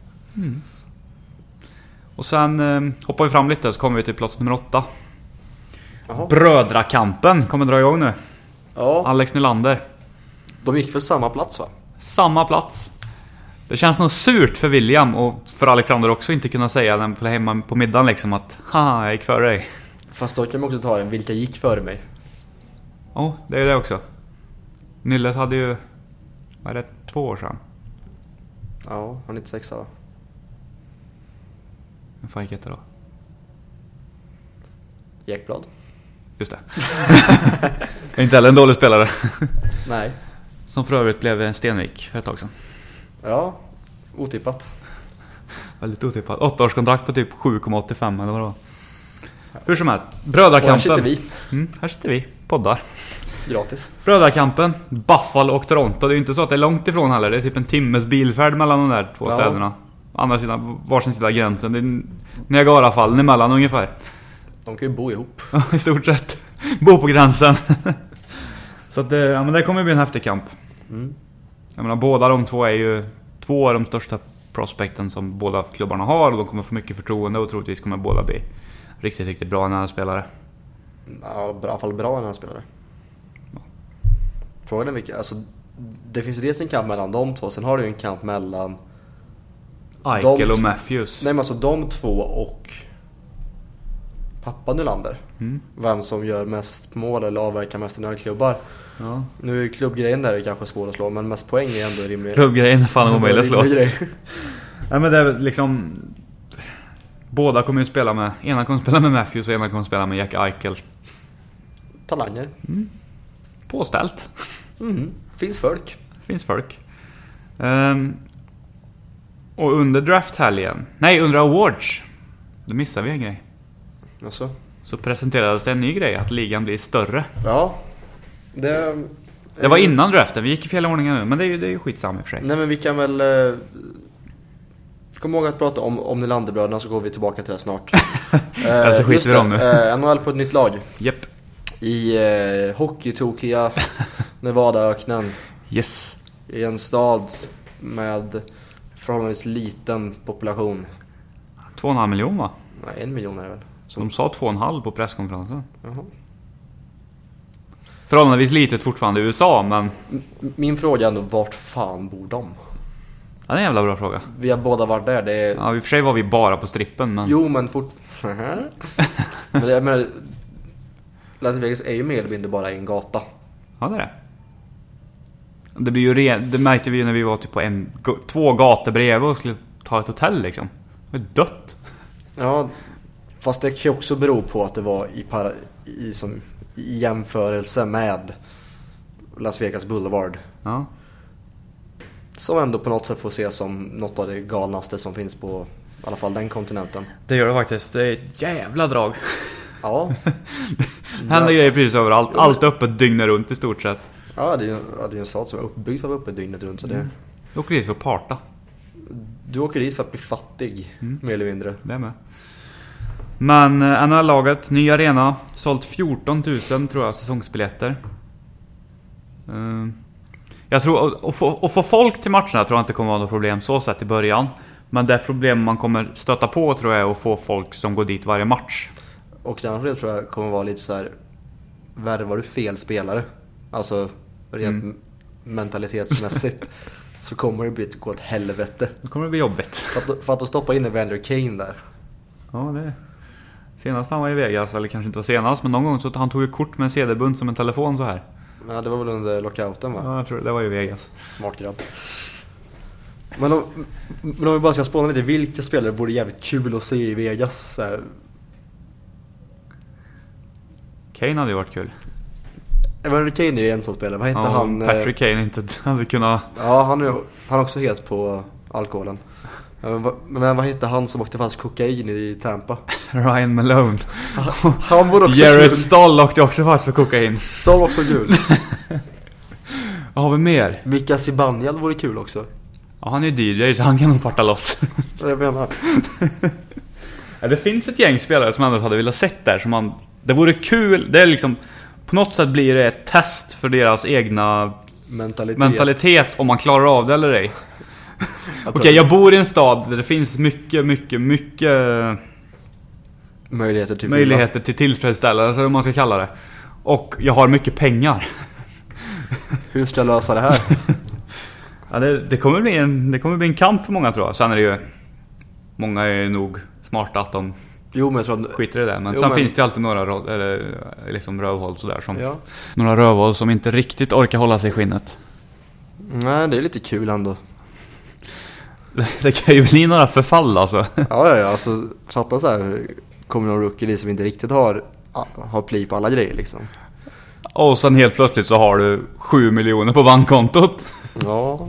Och sen hoppar vi fram lite så kommer vi till plats nummer 8. Jaha. Brödrakampen kommer dra igång nu. Ja. Alex Nylander. De gick väl samma plats, va? Samma plats. Det känns nog surt för William och för Alexander också inte kunna säga den på hemma på middagen liksom att haha, jag gick före dig. Fast då kan man också ta den, vilka gick före mig? Ja, det är det också. Nyllet hade ju, vad är det, 2 år sedan? Ja, han är inte 6 va? Vad fan gick det då? Ekblad. Just det. Inte heller en dålig spelare. Nej. Som för övrigt blev stenrik för ett tag sedan. Ja, otippat. Väldigt otippat. 8-årskontrakt på typ 7,85 eller vad det var. Hur som helst. Brödrakampen. Och här sitter vi. Här sitter vi. Poddar. Gratis. Brödrakampen. Buffalo och Toronto. Det är ju inte så att det är långt ifrån heller. Det är typ en timmes bilfärd mellan de där 2 städerna. Andra sidan, varsin sida gränsen. Det är Niagarafallen emellan ungefär. De kan ju bo ihop. I stort sett. Bo på gränsen. Så att ja, men det kommer bli en häftig kamp. Jag menar, båda de två är ju 2 av de största prospekten som båda klubbarna har. Och de kommer få mycket förtroende och troligtvis kommer båda bli riktigt, riktigt bra när spelare. Ja, i alla fall bra när han spelare. Frågan är vilka, alltså det finns ju dels en kamp mellan de två. Sen har du ju en kamp mellan Eichel och Matthews. Nej men alltså de två och pappa Nylander. Vem som gör mest mål eller avverkar mest i några klubbar. Ja. Nu är klubbgrejen där är kanske svår att slå, men mest poäng är ändå rimlig. Klubbgrejen är fan omöjligt att slå. Nej men det är liksom, båda kommer ju spela med, ena kommer spela med Matthews och ena kommer spela med Jack Eichel. Talanger. Påställt. Finns folk. Och under drafthelgen, nej under awards, då missar vi en grej. Alltså. Så presenterades det en ny grej, att ligan blir större. Ja. Det var innan draften, vi gick i fel ordning nu, men det är ju skitsamma i och för sig. Nej men vi kan väl kom ihåg att prata om Nylanderbröderna, så går vi tillbaka till det snart. Alltså skiter vi om nu. NHL på ett nytt lag. Japp. I hockeytokiga Nevadaöknen. Yes. I en stad med förhållandevis liten population. 2,5 miljoner va? Nej, 1 miljon är det väl. Så de sa 2,5 på presskonferensen. Jaha. Förhållandevis litet fortfarande i USA, men Min fråga är ändå, vart fan bor de? ja, det är en jävla bra fråga. Vi har båda varit där. Det är... Ja, i och för sig var vi bara på strippen, men Jo, men men det är Las Vegas är ju mer eller mindre bara en gata. ja, det är det. Det blir ju det märkte vi ju när vi var typ på 2 gator bredvid och skulle ta ett hotell liksom. Det var dött. Ja, fast det kan ju också bero på att det var i jämförelse med Las Vegas Boulevard. Ja. Som ändå på något sätt får ses som något av det galnaste som finns på i alla fall den kontinenten. Det gör det faktiskt. Det är ett jävla drag. Ja. Händer grejer precis överallt. Allt öppet dygnet runt i stort sett. Ja, det är en stad som är uppbyggd för att vara uppe dygnet runt. Så det... Du åker dit för att parta. Du åker dit för att bli fattig, mer eller mindre. Det är med. Men NHL-laget, ny arena, sålt 14 000 tror jag säsongsbiljetter. Jag tror att få folk till matcherna tror jag inte kommer vara något problem så sett i början. Men det problem man kommer stöta på tror jag är att få folk som går dit varje match. Och den andra tror jag kommer vara lite så här: värvar du fel spelare, alltså rent mentalitetsmässigt, så kommer det gå åt helvete. Det kommer det bli jobbigt. För att stoppa in Evander Kane där. Ja, det senast han var i Vegas, eller kanske inte var senast, men någon gång så han tog ett kort med en CD-bunt som en telefon så här. Ja, det var väl under lockouten va? Ja, jag tror det var i Vegas. Smart grabb. Men om vi bara ska spåna lite, vilka spelare vore jävligt kul att se i Vegas så här? Kane hade ju varit kul. Evander Kane är ju en sån spelare. Vad heter han? Patrick Kane inte hade kunnat. Ja, han är också het på alkoholen. Men vad heter han som åkte fast kokain i Tampa? Ryan Malone. Han var också Jared kul. Stahl åkte också fast på kokain. Stahl var också kul. Vad har vi mer? Mika Zibanejad vore kul också. Ja, han är DJ så han kan nog parta loss. Jag menar. Ja, det finns ett gäng spelare som ändå hade velat sett där som det vore kul. Det är liksom på något sätt blir det ett test för deras egna mentalitet om man klarar av det eller ej. Okej, jag bor i en stad där det finns mycket möjligheter till tillfredsställelse, om man ska kalla det. Och jag har mycket pengar. Hur ska jag lösa det här? Ja, det kommer bli en kamp för många, tror jag. Sen är det ju, många är nog smarta att de Jo, men jag tror skiter i det. Men sen finns det ju alltid några liksom rövhål sådär som några rövhål som inte riktigt orkar hålla sig i skinnet. Nej, det är lite kul ändå. Det kan ju bli några förfall alltså. Ja, alltså fatta så här, kommer någon rookie som inte riktigt har pli på alla grejer liksom. Och sen helt plötsligt så har du 7 miljoner på bankkontot. Ja.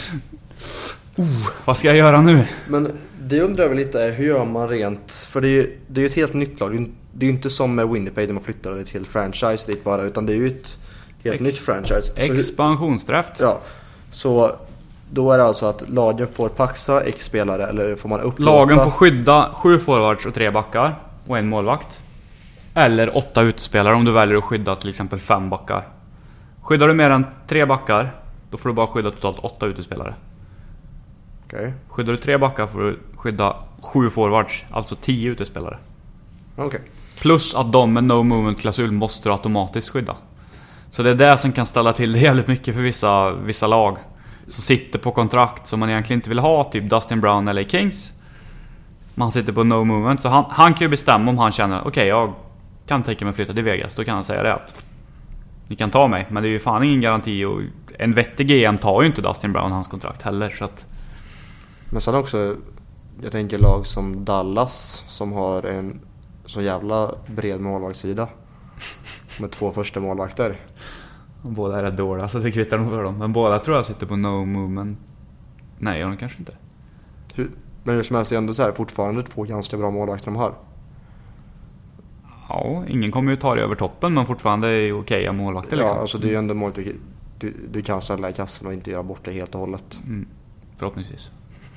Vad ska jag göra nu? Men det undrar jag väl lite, hur gör man rent? För det är ju ett helt nytt lag. Det är ju inte som med Winnipeg där man flyttar ett helt franchise dit bara, utan det är ju ett helt nytt franchise. Expansionsdraft. Ja, så då är det alltså att lagen får paxa X-spelare, eller får man upplåta? Lagen får skydda 7 forwards och 3 backar och en målvakt. Eller 8 utespelare om du väljer att skydda till exempel 5 backar. Skyddar du mer än 3 backar, då får du bara skydda totalt 8 utespelare. Okej. Skyddar du 3 backar får du skydda 7 forwards, alltså 10 utespelare. Okej. Plus att de med no movement klausul måste automatiskt skydda. Så det är det som kan ställa till det jävligt mycket för vissa lag som sitter på kontrakt som man egentligen inte vill ha, typ Dustin Brown eller Kings. Man sitter på no movement, så han kan ju bestämma om han känner okej, jag kan tänka mig flytta till Vegas. Då kan han säga det att ni kan ta mig, men det är ju fan ingen garanti, och en vettig GM tar ju inte Dustin Brown hans kontrakt heller, så att... Men sen också, jag tänker lag som Dallas som har en så jävla bred målvaktssida med 2 första målvakter. Båda är rätt dåliga, så det kvittar nog för dem. Men båda tror jag sitter på no movement. Nej, de kanske inte. Men hur som helst är ändå så här, fortfarande 2 ganska bra målvakter de har. Ja, ingen kommer ju ta det över toppen, men fortfarande är okej målvakter liksom. Ja, alltså det är ju ändå målet du kan ställa i kassen och inte göra bort det helt och hållet. Förhoppningsvis.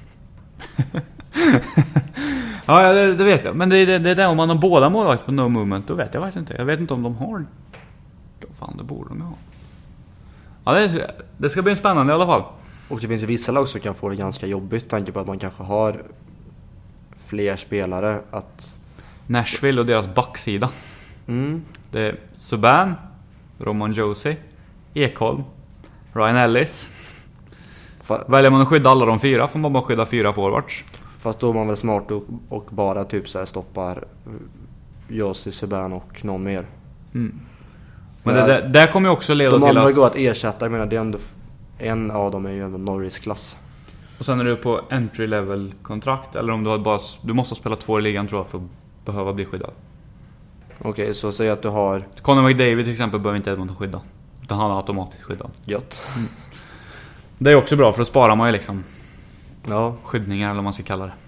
Ja, det vet jag. Men det är det, om man har båda målvakt på no movement, då vet jag faktiskt inte. Jag vet inte om de har. Då fan, det borde de ha. Ja, det ska bli spännande i alla fall. Och det finns ju vissa lag som kan få det ganska jobbigt, tanke på att man kanske har fler spelare att... Nashville och deras backsida. Det är Subban, Roman Josi, Ekholm, Ryan Ellis. Väljer man att skydda alla de 4 får man bara skydda 4 forwards. Fast då är man väl smart och bara typ så här stoppar Josi, Subban och någon mer. Men det kommer ju också leda till att... De andra går att ersätta, jag menar det är ändå... En av dem är ju ändå Norris-klass. Och sen är du på entry-level-kontrakt, eller om du har bara... Du måste spela 2 i ligan tror jag för att behöva bli skyddad. Okej, så säg att du har... Conor McDavid till exempel behöver inte Edmonton skydda, utan han är automatiskt skyddad. Gött. Det är också bra, för att spara man ju liksom skyddningar, eller vad man ska kalla det.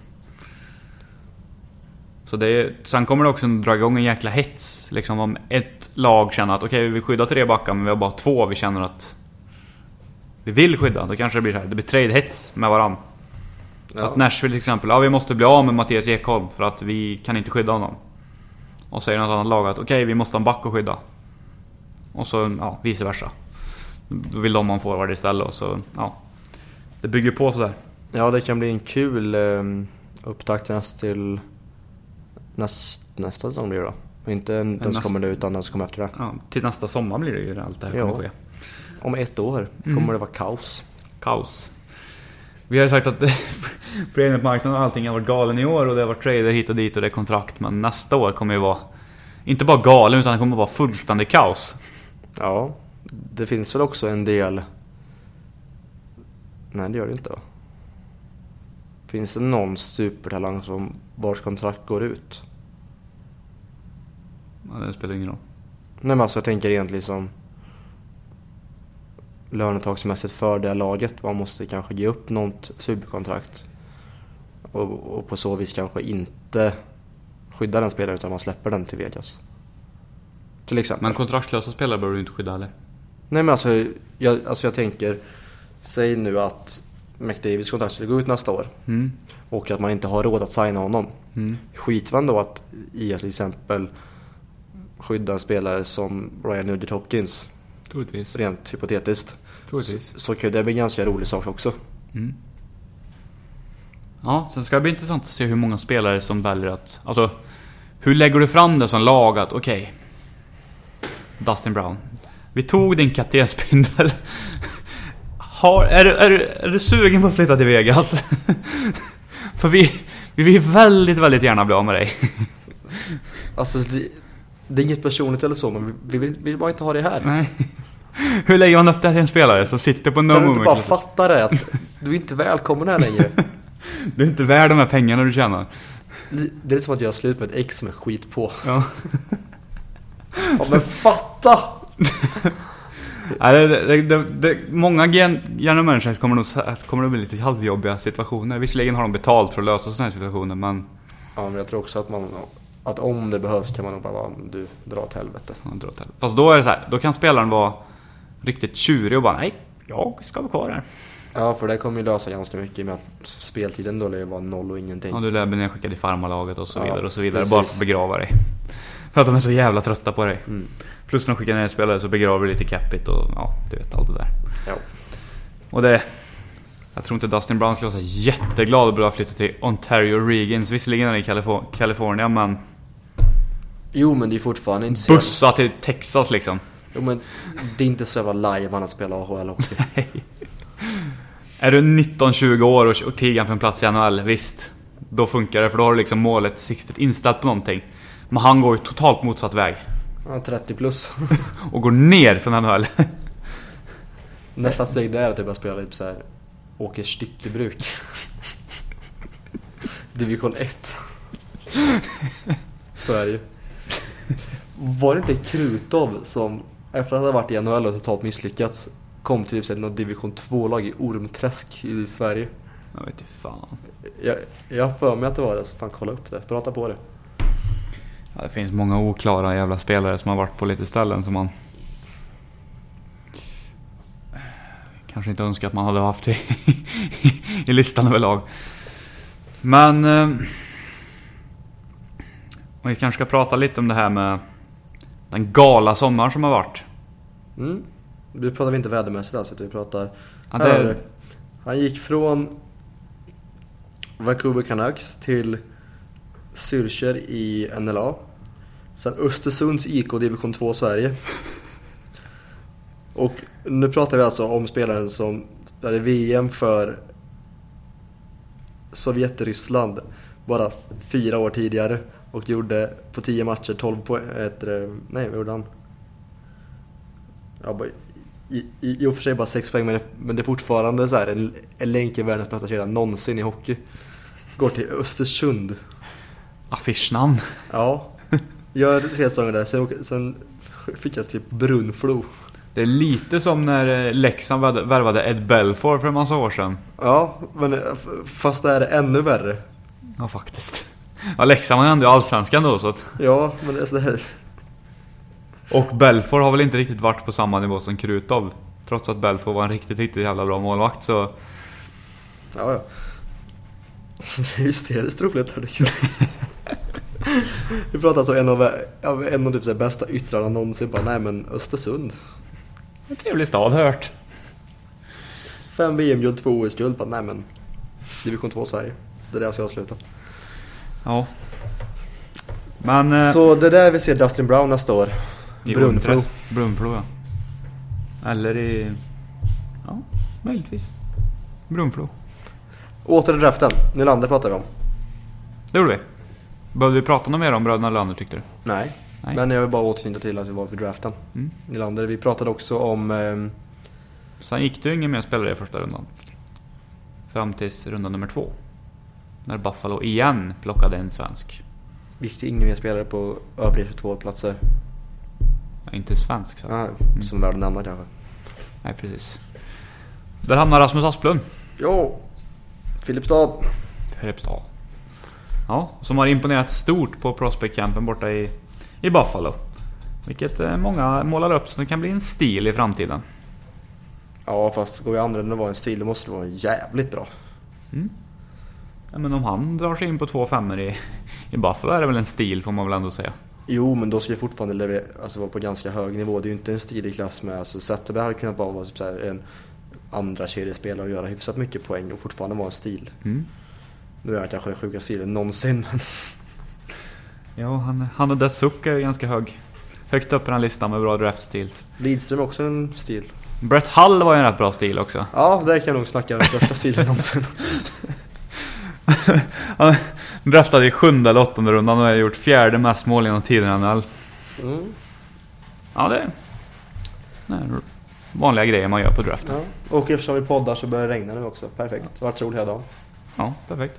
Så sen kommer det också dra igång en jäkla hets liksom, om ett lag känner att okej, vi skyddar 3 backar men vi har bara 2 vi känner att vi vill skydda. Då kanske det blir så här, det blir trade-hets med varann. Att Nashville till exempel, vi måste bli av med Mattias Ekholm för att vi kan inte skydda honom. Och säger något annat lag att okej, vi måste ha en back att skydda. Och så vice versa. Då vill de ha en forward istället, och så det bygger på sådär. Ja, det kan bli en kul upptakt till nästa säsong blir det då. Och inte den som kommer nu, utan den som kommer efter det. Ja, till nästa sommar blir det ju allt det här kommer ske. Om 1 år kommer det vara kaos. Vi har sagt att föreningsmarknaden och allting har varit galen i år, och det har varit trader hit och dit och det är kontrakt, men nästa år kommer ju vara inte bara galen, utan det kommer vara fullständig kaos. Ja, det finns väl också en del... Nej, det gör det inte då. Finns det någon supertalang som vars kontrakt går ut? Ja, det spelar ingen roll. Nej, men alltså jag tänker egentligen som lönetagsmässigt för det laget. Man måste kanske ge upp något superkontrakt och på så vis kanske inte skydda den spelaren, utan man släpper den till Vegas till exempel. Men kontraktslösa spelare behöver du inte skydda eller? Nej, men alltså jag tänker, säg nu att McDavids kontrakt skulle gå ut nästa år och att man inte har råd att signa honom. Skitvan då att i till exempel skydda en spelare som Ryan Nugent-Hopkins. Troligtvis. Rent hypotetiskt. Troligtvis. Så kan det bli en ganska rolig sak också. Ja, sen ska det bli intressant att se hur många spelare som väljer att... Alltså, hur lägger du fram det som lag att okej, Dustin Brown, vi tog din KT-spindel. Är du sugen på att flytta till Vegas? För vi vill väldigt, väldigt gärna bli av med dig. Alltså det är inget personligt eller så, men vi vill bara inte ha det här. Nej. Hur lägger man upp det till en spelare som sitter på Kan du inte bara fatta det att du är inte välkommen här längre? Du är inte värd de här pengarna du tjänar. Det är som att jag har slut med ett ex med skit på. Ja. Ja, men fatta! Många general managers kommer att bli lite halvjobbiga situationer. Visserligen har de betalt för att lösa sådana här situationer, men... Ja, men jag tror också att om det behövs kan man nog bara du dra åt helvete. Fast då är det så här, då kan spelaren vara riktigt tjurig och bara nej, jag ska vara kvar här. Ja, för det kommer ju lösa ganska mycket med att speltiden då lär vara 0 och ingenting. Ja, du lär bli nedskickad i farmalaget och så vidare och så vidare. Precis. Bara för att begrava dig. För att de är så jävla trötta på dig. Mm. Plus när de skickar ner spelare så begraver du lite capita och ja, du vet allt det där. Ja. Och det... Jag tror inte Dustin Brown skulle vara så jätteglad att börja flytta till Ontario Regents. Visserligen är det i Kalifornien, men... Jo, men det är fortfarande inte så... Bussa till Texas liksom. Jo, men det är inte så jävla live man att spela AHL också. Nej. Är du 19-20 år och krigar för en plats i NHL, visst. Då funkar det, för då har du liksom målet, siktet inställt på någonting. Men han går ju totalt motsatt väg. Ja, 30 plus. Och går ner från NHL. Nästa steg där är att jag börjar spela typ så här Åker Styckebruk. Division 1. Så är det ju. Var det inte Krutov som efter att ha varit i NHL och totalt misslyckats kom till typ något Division 2-lag i Ormträsk i Sverige? Jag vet inte fan. Jag har för mig att det var det, så fan kolla upp det. Prata på det. Ja, det finns många oklara jävla spelare som har varit på lite ställen som man kanske inte önskar att man hade haft i listan överlag. Men vi kanske ska prata lite om det här med den gala sommaren som har varit. Nu pratar vi inte vädermässigt alltså, utan vi pratar... Ja, Han gick från Vancouver Canucks till Zürcher i NLA. Sen Östersunds IK Division 2 Sverige. Och nu pratar vi alltså om spelaren som spelade VM för Sovjetryssland bara 4 år tidigare och gjorde på 10 matcher 12 poäng. Nej, vad gjorde han? Ja, i och för sig bara 6 poäng, men det är fortfarande så här en länk i världens bästa kedja någonsin i hockey. Går till Östersund. Affischnamn. Ja. Gör 3 säsonger där. Sen fick jag till Brunflo. Det är lite som när Leksand värvade Ed Belfour för en massa år sedan. Ja, men fast det är ännu värre. Ja, faktiskt. Ja, Leksand var ändå allsvenskan då, så att... Ja, men det är så här. Och Belfour har väl inte riktigt varit på samma nivå som Krutov. Trots att Belfour var en riktigt jävla bra målvakt, så... Ja. Just det, det är struppligt. Vi pratar alltså en av typ så bästa yttrarna någonsin. Bara, nej, men Östersund. En trevlig stad, hört. 5 VM-guld, 2 OS-guld. Bara, nej, men Division 2 Sverige. Det är det jag ska avsluta. Ja. Men, så det där vi ser Dustin Brown nästa år. Brunflo, ja. Eller i... Ja, möjligtvis. Brunflo. Åter till draften. Nylander pratar vi om. Det gjorde vi. Behövde vi prata något mer om bröderna Nylander, tyckte du? Nej. Men jag vill bara återknyta till att vi var vid draften. Nylander, vi pratade också om... Sen gick det ingen mer spelare i första rundan. Fram till runda nummer 2. När Buffalo igen plockade en svensk. Gick det ingen mer spelare på övriga 22 platser? Ja, inte svensk så. Ja, som värd att nämna kanske. Nej, precis. Där hamnar Rasmus Asplund. Jo, Filipstad. Ja, som har imponerat stort på prospect-campen borta i Buffalo. Vilket många målar upp så det kan bli en stil i framtiden. Ja, fast går jag andra när det var en stil, då måste det vara jävligt bra. Ja, men om han drar sig in på 2-5 i Buffalo är det väl en stil, får man väl ändå säga. Jo, men då ska jag fortfarande vara på ganska hög nivå. Det är ju inte en stil i klass med... Alltså, Zetterberg hade kunnat bara vara typ så här, en andra kedjespelare och göra hyfsat mycket poäng och fortfarande vara en stil. Nu är han kanske den sjuka stilen någonsin. Ja, han och Datsuk är ganska högt upp på den listan med bra draft steals. Lidström är också en stil. Brett Hull var ju en rätt bra stil också. Ja, där kan jag nog snacka den största stilen någonsin. Han draftade i 7:e eller 8:e rundan och har gjort 4:e mest mål genom tiden i NHL. Ja, det är vanliga grejer man gör på draften. Ja. Och eftersom vi poddar så börjar det regna nu också. Perfekt. Det har varit roligt hela dagen. Ja, perfekt.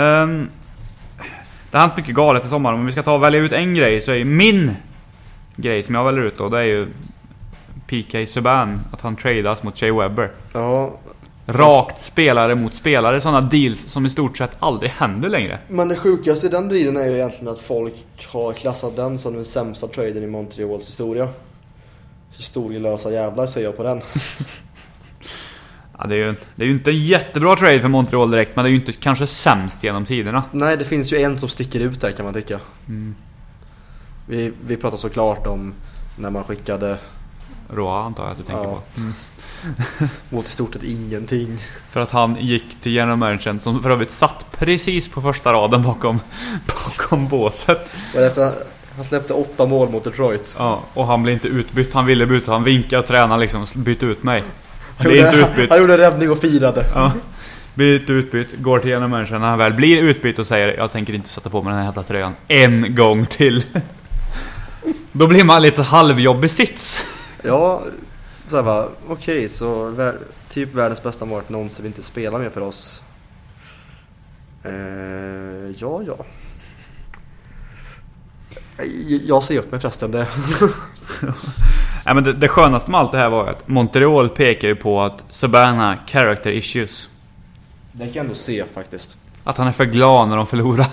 Det har hänt mycket galet i sommar. Om vi ska ta och välja ut en grej så är min grej som jag väljer ut då, det är ju PK Subban, att han tradas mot Shea Weber. Ja. Rakt spelare mot spelare, sådana deals som i stort sett aldrig händer längre. Men det sjukaste i den dealen är ju egentligen att folk har klassat den som den sämsta traden i Montreals historia. Historielösa jävlar säger jag på den. Ja, det är ju inte en jättebra trade för Montreal direkt, men det är ju inte kanske sämst genom tiderna. Nej, det finns ju en som sticker ut där kan man tycka. Vi pratar såklart om när man skickade Roa, antar jag att du tänker på. Mot i stort sett ingenting. För att han gick till general manager som för övrigt satt precis på första raden bakom båset. Han släppte 8 mål mot Detroit. Ja, och han blev inte utbytt. Han ville byta, han vinkade och tränade liksom, byt ut mig. Han gjorde en räddning och firade. Ja. Byt utbytt, går till general manager när han väl blir utbytt och säger jag tänker inte sätta på mig den här jävla tröjan en gång till. Då blir man lite halvjobbig sits. Ja, så här va, okej, så typ världens bästa mål någonsin vill inte spela med för oss. Ja. Jag ser upp med förresten det. Ja, men det skönaste med allt det här var att Montreal pekar ju på att Subban har character issues. Det kan jag ändå se faktiskt. Att han är för glad när de förlorar.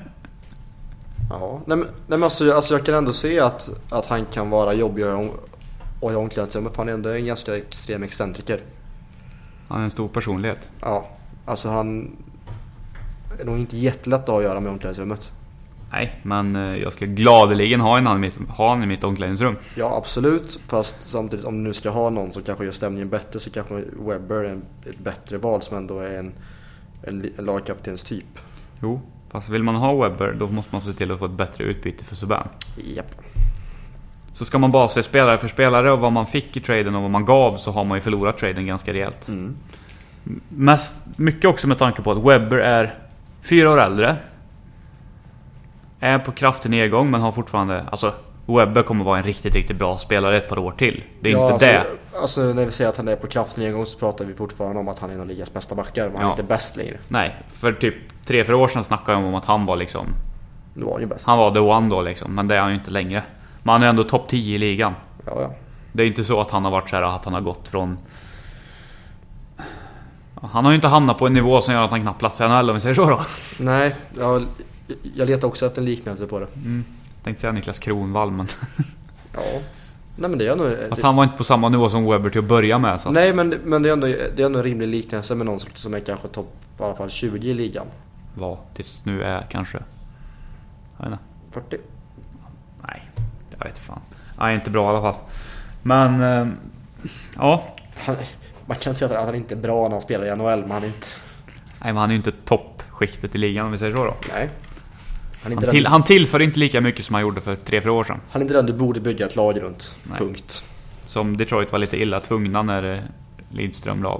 Ja, nej men alltså jag kan ändå se att han kan vara jobbig och i omklädningsrummet, för han är ändå en ganska extrem excentriker. Han är en stor personlighet. Ja, alltså han är nog inte jättelätt att ha att göra med omklädningsrummet. Nej, men jag skulle gladeligen ha han i mitt omklädningsrum. Ja, absolut. Fast samtidigt, om du nu ska ha någon som kanske gör stämningen bättre, så kanske Weber är ett bättre val som ändå är en lagkaptens typ. Jo, fast vill man ha Weber, då måste man se till att få ett bättre utbyte för Subban. Japp. Så ska man bara se spelare för spelare och vad man fick i traden och vad man gav, så har man ju förlorat traden ganska rejält. Mycket också med tanke på att Weber är 4 år äldre, är på kraftig nedgång, men har fortfarande, alltså Weber kommer vara en riktigt bra spelare ett par år till. Det är inte alltså, det. Alltså när vi säger att han är på kraftig nedgång, så pratar vi fortfarande om att han är en av ligas bästa backar, men han är inte bäst längre. Nej, för typ 3-4 år sedan snackade jag om att han var liksom, då var han ju bäst. Han var the one då liksom, men det är han ju inte längre. Men han är ändå topp 10 i ligan. Ja. Det är inte så att han har varit så här, att han har gått från, han har ju inte hamnat på en nivå som gör att han knappt platsar i NHL, om vi säger så då. Nej, jag letar också efter en liknelse på det. Tänkte säga Niklas Kronwall, men ja. Nej, men det är nog, att han var inte på samma nivå som Weber till att börja med, så att... Nej, men det är ändå en rimlig liknelse med någon som är kanske topp i alla fall 20 i ligan. Vad tills nu är kanske, jag vet inte, 40. Nej, jag vet inte fan. Nej, inte bra i alla fall. Men ja, man kan säga att han inte är bra när han spelar i NHL, men han är inte. Nej, men han är ju inte toppskiktet i ligan, om vi säger så då. Nej. Han tillför inte lika mycket som han gjorde för 3-4 år sedan. Han är inte den du borde bygga ett lag runt. Nej. Punkt. Som Detroit var lite illa tvungna när Lidström la av.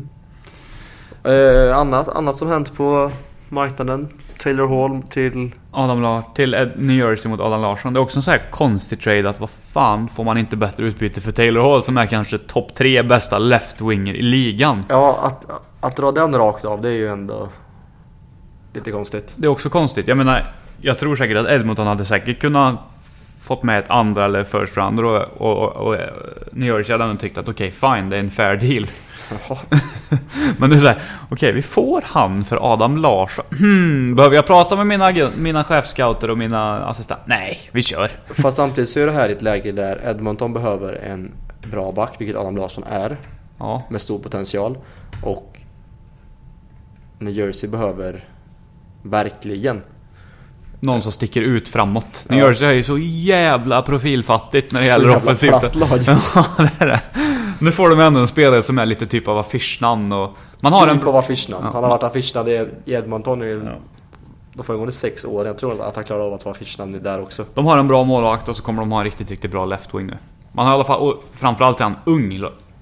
Annat som hänt på marknaden. Taylor Hall till New Jersey mot Adam Larsson. Det är också en så här konstig trade, att vad fan får man inte bättre utbyte för Taylor Hall, som är kanske topp 3 bästa left-winger i ligan. Ja, att dra den rakt av, det är ju ändå lite konstigt. Det är också konstigt. Jag menar, jag tror säkert att Edmonton hade säkert kunnat fått med ett andra eller first rounder, och New Jersey hade tyckt att okej, fine, det är en fair deal. Men det är så här, okej, vi får han för Adam Larsson. Behöver jag prata med mina chefscouter och mina assistenter? Nej, vi kör. Fast samtidigt så är det här ett läge där Edmonton behöver en bra back, vilket Adam Larsson är. Ja. Med stor potential. Och New Jersey behöver verkligen någon som sticker ut framåt. New Jersey är ju så jävla profilfattigt när det gäller offensivt. Ja, det är det. Nu får de ändå en spelare som är lite typ av affischnamn, och man har typ av affischnamn. Han har varit affischnamn i Edmonton i då får jag 6 år. Jag tror att han klarar av att vara affischnamn där också. De har en bra målvakt, och så kommer de ha en riktigt bra left wing nu. Man har i alla fall, och framförallt är han ung.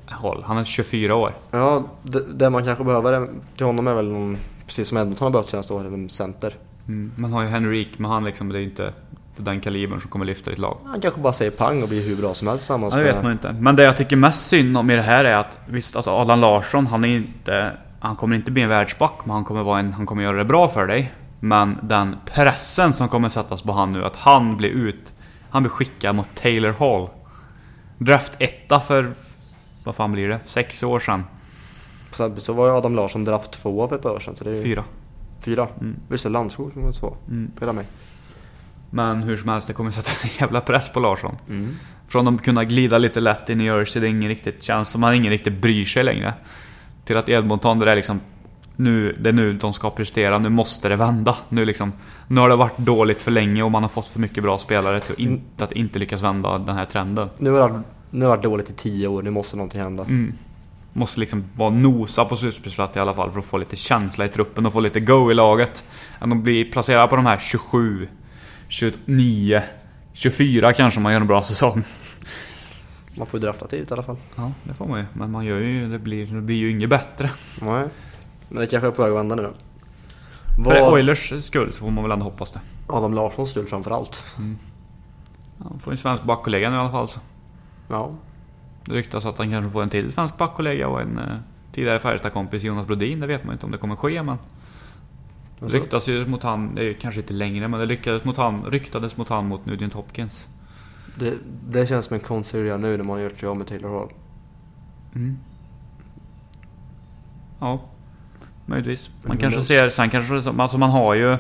håll. Han är 24 år. Ja, det man kanske behöver till honom är väl någon, precis som Edmonton har behövt senaste året, en center. Man har ju Henrik, men han liksom, det är inte den kalibern som kommer lyfta ett lag. Han kanske bara säger pang och blir hur bra som helst tillsammans. Ja, det vet man inte. Men det jag tycker mest synd om i det här är att visst, alltså Adam Larsson, han kommer inte bli en världsback, men han kommer göra det bra för dig. Men den pressen som kommer sättas på han nu, att han blir skickad mot Taylor Hall. Draft 1 för, vad fan blir det? 6 år sedan. Så var ju Adam Larsson draft 2 för ett par år sedan. Så det är 4. Visst är Landskog som var 2. Pela mig. Men hur som helst, det kommer sätta en jävla press på Larsson. Från att kunna glida lite lätt in i Jersey, det är ingen riktigt, känns som att ingen riktigt bryr sig längre. Till att Edmonton, det är liksom det är nu de ska prestera, nu måste det vända. Nu har det varit dåligt för länge och man har fått för mycket bra spelare till att inte lyckas vända den här trenden. Nu har det varit dåligt i 10 år, nu måste någonting hända. Måste liksom vara nosa på slutspelsplats i alla fall för att få lite känsla i truppen och få lite go i laget. Att de blir placerade på de här 27, 29, 24 kanske man gör en bra säsong. Man får ju drafta tidigt i alla fall. Ja, det får man ju. Men man gör ju, det blir ju inget bättre. Nej. Men det kanske är på väg att vända nu då. För Oilers skull så får man väl ändå hoppas det. Adam Larssons skull framförallt. Ja, får en svensk backkollega nu i alla fall så. Ja. Det ryktas att han kanske får en till svensk backkollega och en tidigare Färjestad-kompis, Jonas Brodin. Det vet man inte om det kommer ske, men det ryktas ju mot han, det är kanske inte längre, men det ryktades mot han mot Nugent Hopkins. Det känns som en konstig idé nu när man gjort sig av med Taylor Hall. Ja, möjligtvis. Man kanske ser, sen kanske, alltså man har ju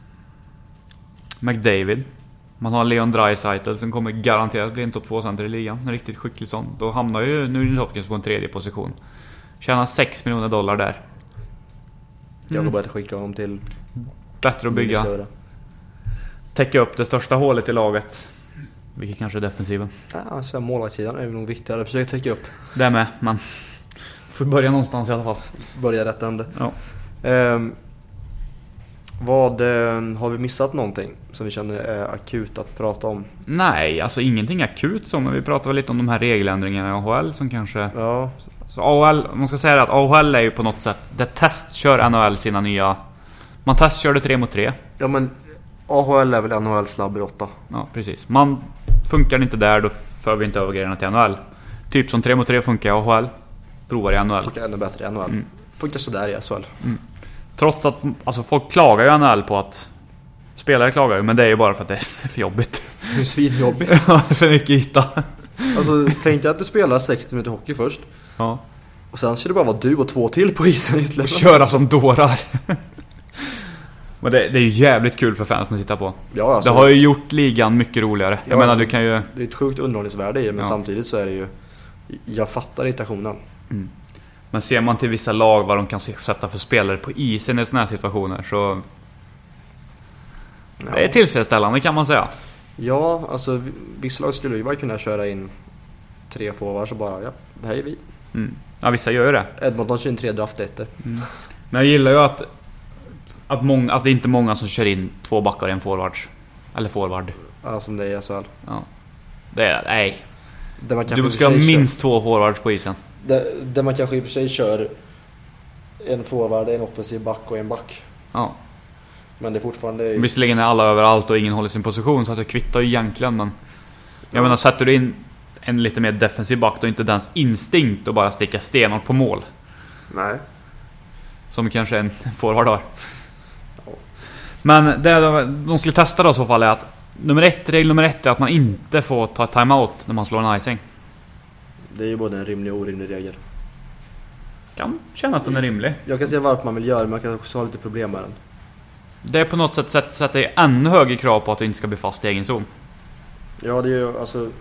McDavid. Man har Leon Draisaitl som kommer garanterat bli en topp 2-center i ligan. En riktigt skicklig sån. Då hamnar ju Nugent Hopkins på en 3:e position. Tjänar $6 miljoner där. Jag börjat skicka honom till bättre att bygga. Täcka upp det största hålet i laget. Vilket kanske är defensiven. Ja, så målvaktssidan är nog viktigare. Försök täcka upp. Det är med, men får börja någonstans i alla fall. Börja rätt ände. Ja. Har vi missat någonting som vi känner är akut att prata om? Nej, alltså ingenting akut så, men vi pratar väl lite om de här regeländringarna i AHL som kanske... Ja. Så AHL, man ska säga att AHL är ju på något sätt, det testkör NHL sina nya... Man testkörde 3 mot 3. Ja, men AHL är väl NHL slabb i 8. Ja, precis. Funkar det inte där, då för vi inte över grejerna till NHL. Typ som 3 mot 3 funkar i AHL. Provar i NHL. Funkar ännu bättre i NHL. Funkar sådär i SHL. Trots att alltså, folk klagar ju i NHL på att... Spelare klagar ju, men det är ju bara för att det är för jobbigt. Det är svinjobbigt. För mycket yta. Alltså, tänk dig att du spelar 60 minuter hockey först. Ja. Och sen ska det bara vara du och 2 till på isen. Och köra som dårar. Men det är ju jävligt kul för fansen att titta på. Ja, alltså, det har ju gjort ligan mycket roligare. Jag menar, du kan ju... Det är ett sjukt underhållningsvärde i det, men samtidigt så är det ju... Jag fattar irritationen. Men ser man till vissa lag vad de kan sätta för spelare på isen i såna här situationer så... Det är tillfredsställande kan man säga. Ja, alltså vissa lag skulle ju bara kunna köra in 3 forwards och bara, ja, det här är vi. Ja, vissa gör ju det. Edmonton kör in 3 draftetter. Men jag gillar ju att det är inte många som kör in 2 backar i en forwards. Eller forward. Ja, som det är i SHL. Ja. Det är nej. Du ska ha minst 2 forwards på isen. Där man kanske i och för sig kör en forward, en offensiv back och en back. Ja. Men det är fortfarande... Visserligen är alla överallt och ingen håller sin position, så att det kvittar ju egentligen, men... Jag menar, sätter du in en lite mer defensiv back, då är inte dens instinkt att bara sticka stenhårt på mål. Nej. Som kanske en forward har. Ja. Men det de skulle testa då i så fall är att regel nummer 1 är att man inte får ta timeout när man slår en icing. Det är ju både en rimlig och orimlig regel. Kan känna att den är rimlig. Jag kan se varför man vill göra, men man kan också ha lite problem med den. Det är på något sätt så att det är ännu högre krav på att du inte ska bli fast i egen zon. Ja, det är ju alltså...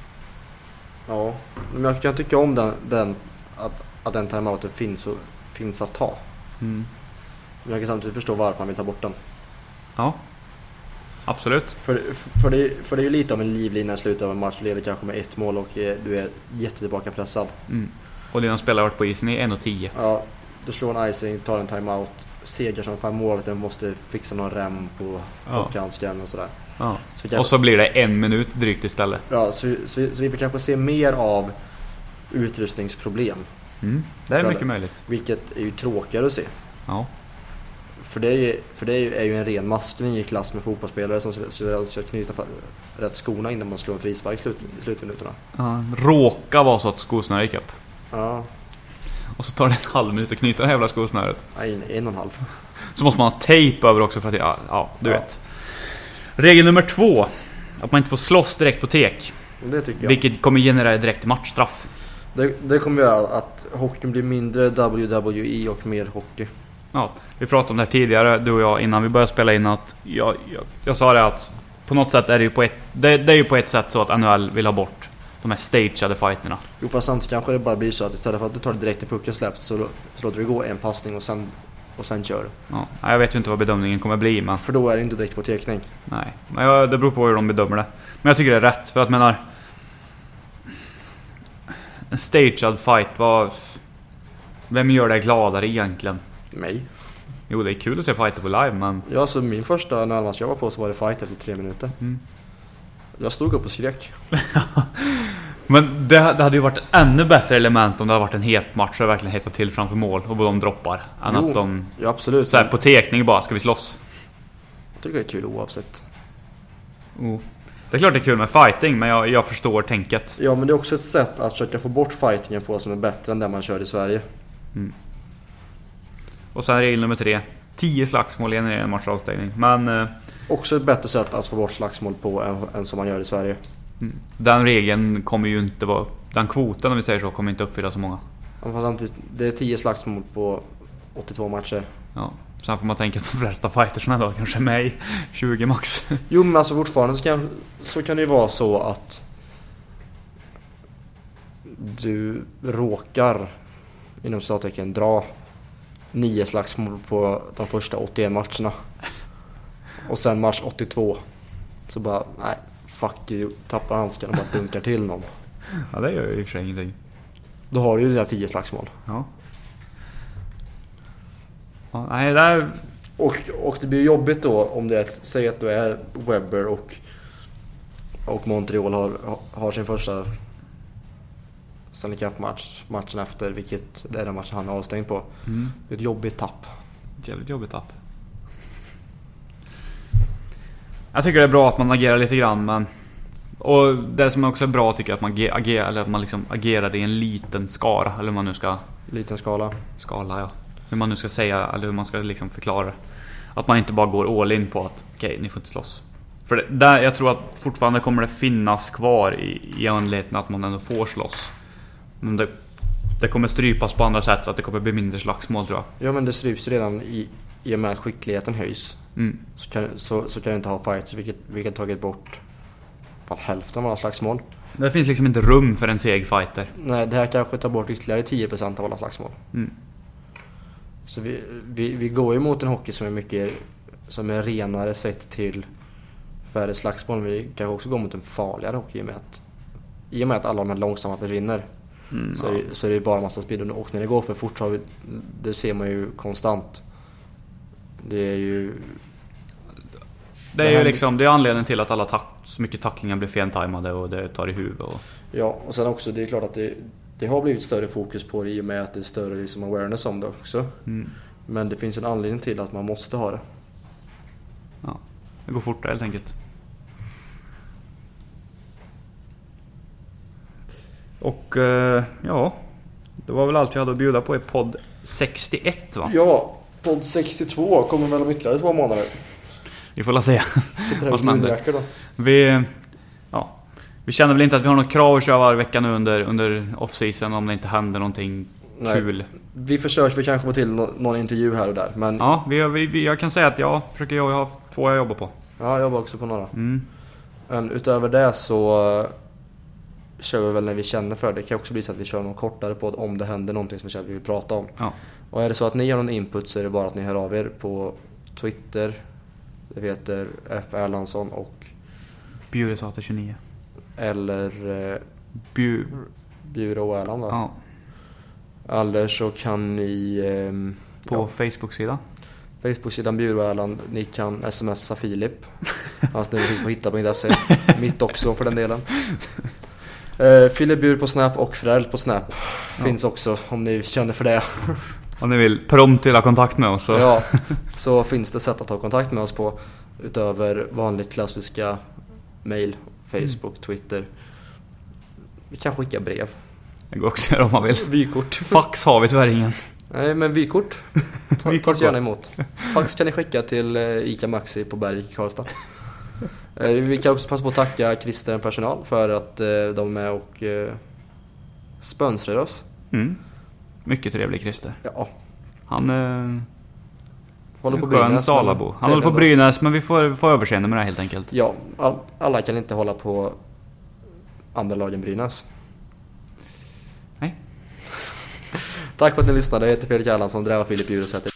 Ja, men jag kan tycka om att den timeouten finns att ta. Men jag kan samtidigt förstå varför man vill ta bort den. Ja, absolut. För det är ju lite om en livlina i slutet av en match. Du leder kanske med 1 mål och du är jättetillbaka pressad. Och dina spelare har varit på isen i 1:10. Ja, du slår en icing, tar en timeout. Seger som fan målet, den måste fixa någon rem på hockeyhandsken och sådär. Ja. Och så blir det 1 minut drygt istället. Ja, så vi får kanske se mer av utrustningsproblem. Det är mycket möjligt. Vilket är ju tråkigare att se. Ja. För det är ju en ren maskning i klass med fotbollsspelare som ska knyta rätt skorna innan man slår en frispark i slutminuterna. Ja, råkar vara så att skosnöret gick upp. Ja. Och så tar det en halv minut att knyta det jävla skosnöret. Nej, 1,5. Så måste man ha tejp över också för att du vet. Regel nummer 2. Att man inte får slåss direkt på tek. Det tycker jag. Vilket kommer generera direkt matchstraff. Det kommer göra att hockeyn blir mindre WWE och mer hockey. Ja, vi pratade om det här tidigare, du och jag, innan vi började spela in, att jag sa det att på något sätt är det ju det är ju på ett sätt så att NHL vill ha bort de här stageade fighterna. Jo, fast samtidigt kanske det bara blir så att istället för att du tar det direkt i pucken släppt så låter du gå en passning och sen kör. Ja, jag vet ju inte vad bedömningen kommer bli, men för då är det inte direkt på tekning. Nej, men det beror på hur de bedömer det. Men jag tycker det är rätt, för att menar en stagead fight, vem gör det gladare egentligen? Mig. Jo, det är kul att se fighter på live, men ja, så min första närmast jag var på så var det fight efter 3 minuter. Jag stod upp och skrek. Men det hade ju varit ett ännu bättre element om det hade varit en het match och verkligen hettat till framför mål och de droppar. Än att de ja, absolut. Så här, på tekning bara, ska vi slåss? Jag tycker det är kul oavsett. Det är klart det är kul med fighting, men jag förstår tänket. Ja, men det är också ett sätt att försöka få bort fightingen på som är bättre än det man kör i Sverige. Och sen regel nummer 3. 10 slagsmål genererar en matchavstängning. Men också ett bättre sätt att få bort slagsmål på än som man gör i Sverige. Den regeln kommer ju inte vara, den kvoten om vi säger så, kommer inte uppfylla så många. Ja, samtidigt, det är 10 slagsmål på 82 matcher. Ja, sen får man tänka att de flesta fightersna då kanske är med i 20 max. Jo, men alltså fortfarande så kan det ju vara så att du råkar inom citattecken dra 9 slagsmål på de första 81 matcherna. Och sen match 82 så bara, nej, fuck you, tappar handskan och bara dunkar till någon. Ja, det gör ju i och för sig ingenting. Då har du ju dina 10 slagsmål. Ja. Ja, nej, där... Och det blir jobbigt då om det säger att du är Webber och Montreal har sin första Stanley Cup-matchen efter, vilket det är den matchen han är avstängd på. Det är ett jobbigt tapp. Ett jävligt jobbigt tapp. Jag tycker det är bra att man agerar lite grann, men och det som också är bra tycker jag att man agerar, eller att man liksom agerar i en liten skara, eller hur man nu ska liten skala, ja. Hur man nu ska säga, eller hur man ska liksom förklara det. Att man inte bara går all in på att okej, ni får inte slåss. För där, jag tror att fortfarande kommer det finnas kvar i anledningen att man ändå får slåss. Men det kommer strypas på andra sätt så att det kommer bli mindre slagsmål, tror jag. Ja, men det stryps redan i och med att skickligheten höjs. Så kan det inte ha fighters, vilket tagit bort hälften av alla slagsmål. Det finns liksom inte rum för en seg fighter. Nej, det här kanske tar bort ytterligare 10% av alla slagsmål. Så vi går ju mot en hockey som är renare sett till färre slagsmål. Vi kanske också går mot en farligare hockey i och med att alla de här långsamma försvinner. Så är det bara massa speed, och när det går för fort så det ser man ju konstant. Det är ju liksom, det är anledningen till att alla så mycket tacklingar blir feltajmade och det tar i huvudet. Ja, och sen också, det är klart att det har blivit större fokus på det i och med att det är större liksom awareness om det också. Men det finns en anledning till att man måste ha det. Ja, det går fortare helt enkelt. Och ja, det var väl allt vi hade att bjuda på i podd 61, va? Ja, podd 62 kommer väl om ytterligare 2 månader. Vi får la se vad som händer. Då. Vi känner väl inte att vi har något krav att köra varje vecka nu under off-season om det inte händer någonting kul. Vi kanske få till någon intervju här och där. Men ja, jag kan säga att jag har 2 jag jobbar på. Ja, jag jobbar också på några. Men utöver det så kör vi väl när vi känner för det. Det kan också bli så att vi kör någon kortare podd om det händer någonting som vi känner att vi vill prata om. Ja. Och är det så att ni har någon input så är det bara att ni hör av er på Twitter. Det heter F. Erlandsson och Bjuresata 29. Eller Bjuro Erland, va? Ja. Eller så kan ni på Facebook-sidan. Facebook-sidan Bjuro Erland. Ni kan smsa Filip. Hans nummer finns på hitta.se. Mitt också för den delen. Filip Bur på Snap och Frällt på Snap finns också om ni känner för det. Om ni vill prompt vilja ha kontakt med oss så. Ja, så finns det sätt att ta kontakt med oss på utöver vanligt klassiska mail, Facebook, Twitter. Vi kan skicka brev. Det går också om man vill. Vykort. Fax har vi tyvärr ingen. Nej, men vykort tas gärna emot. Fax kan ni skicka till ICA Maxi på Berg i Karlstad. Vi kan också passa på att tacka Christer personal för att de är med och sponsrar oss. Mycket trevlig Christer. Ja. Han håller på Brynäs. Han håller på Brynäs, men vi får överseende med det helt enkelt. Ja, alla kan inte hålla på andra lagen Brynäs. Nej. Tack för att ni lyssnade. Jag heter Fredrik Erlandsson, Dräva Filip Bur och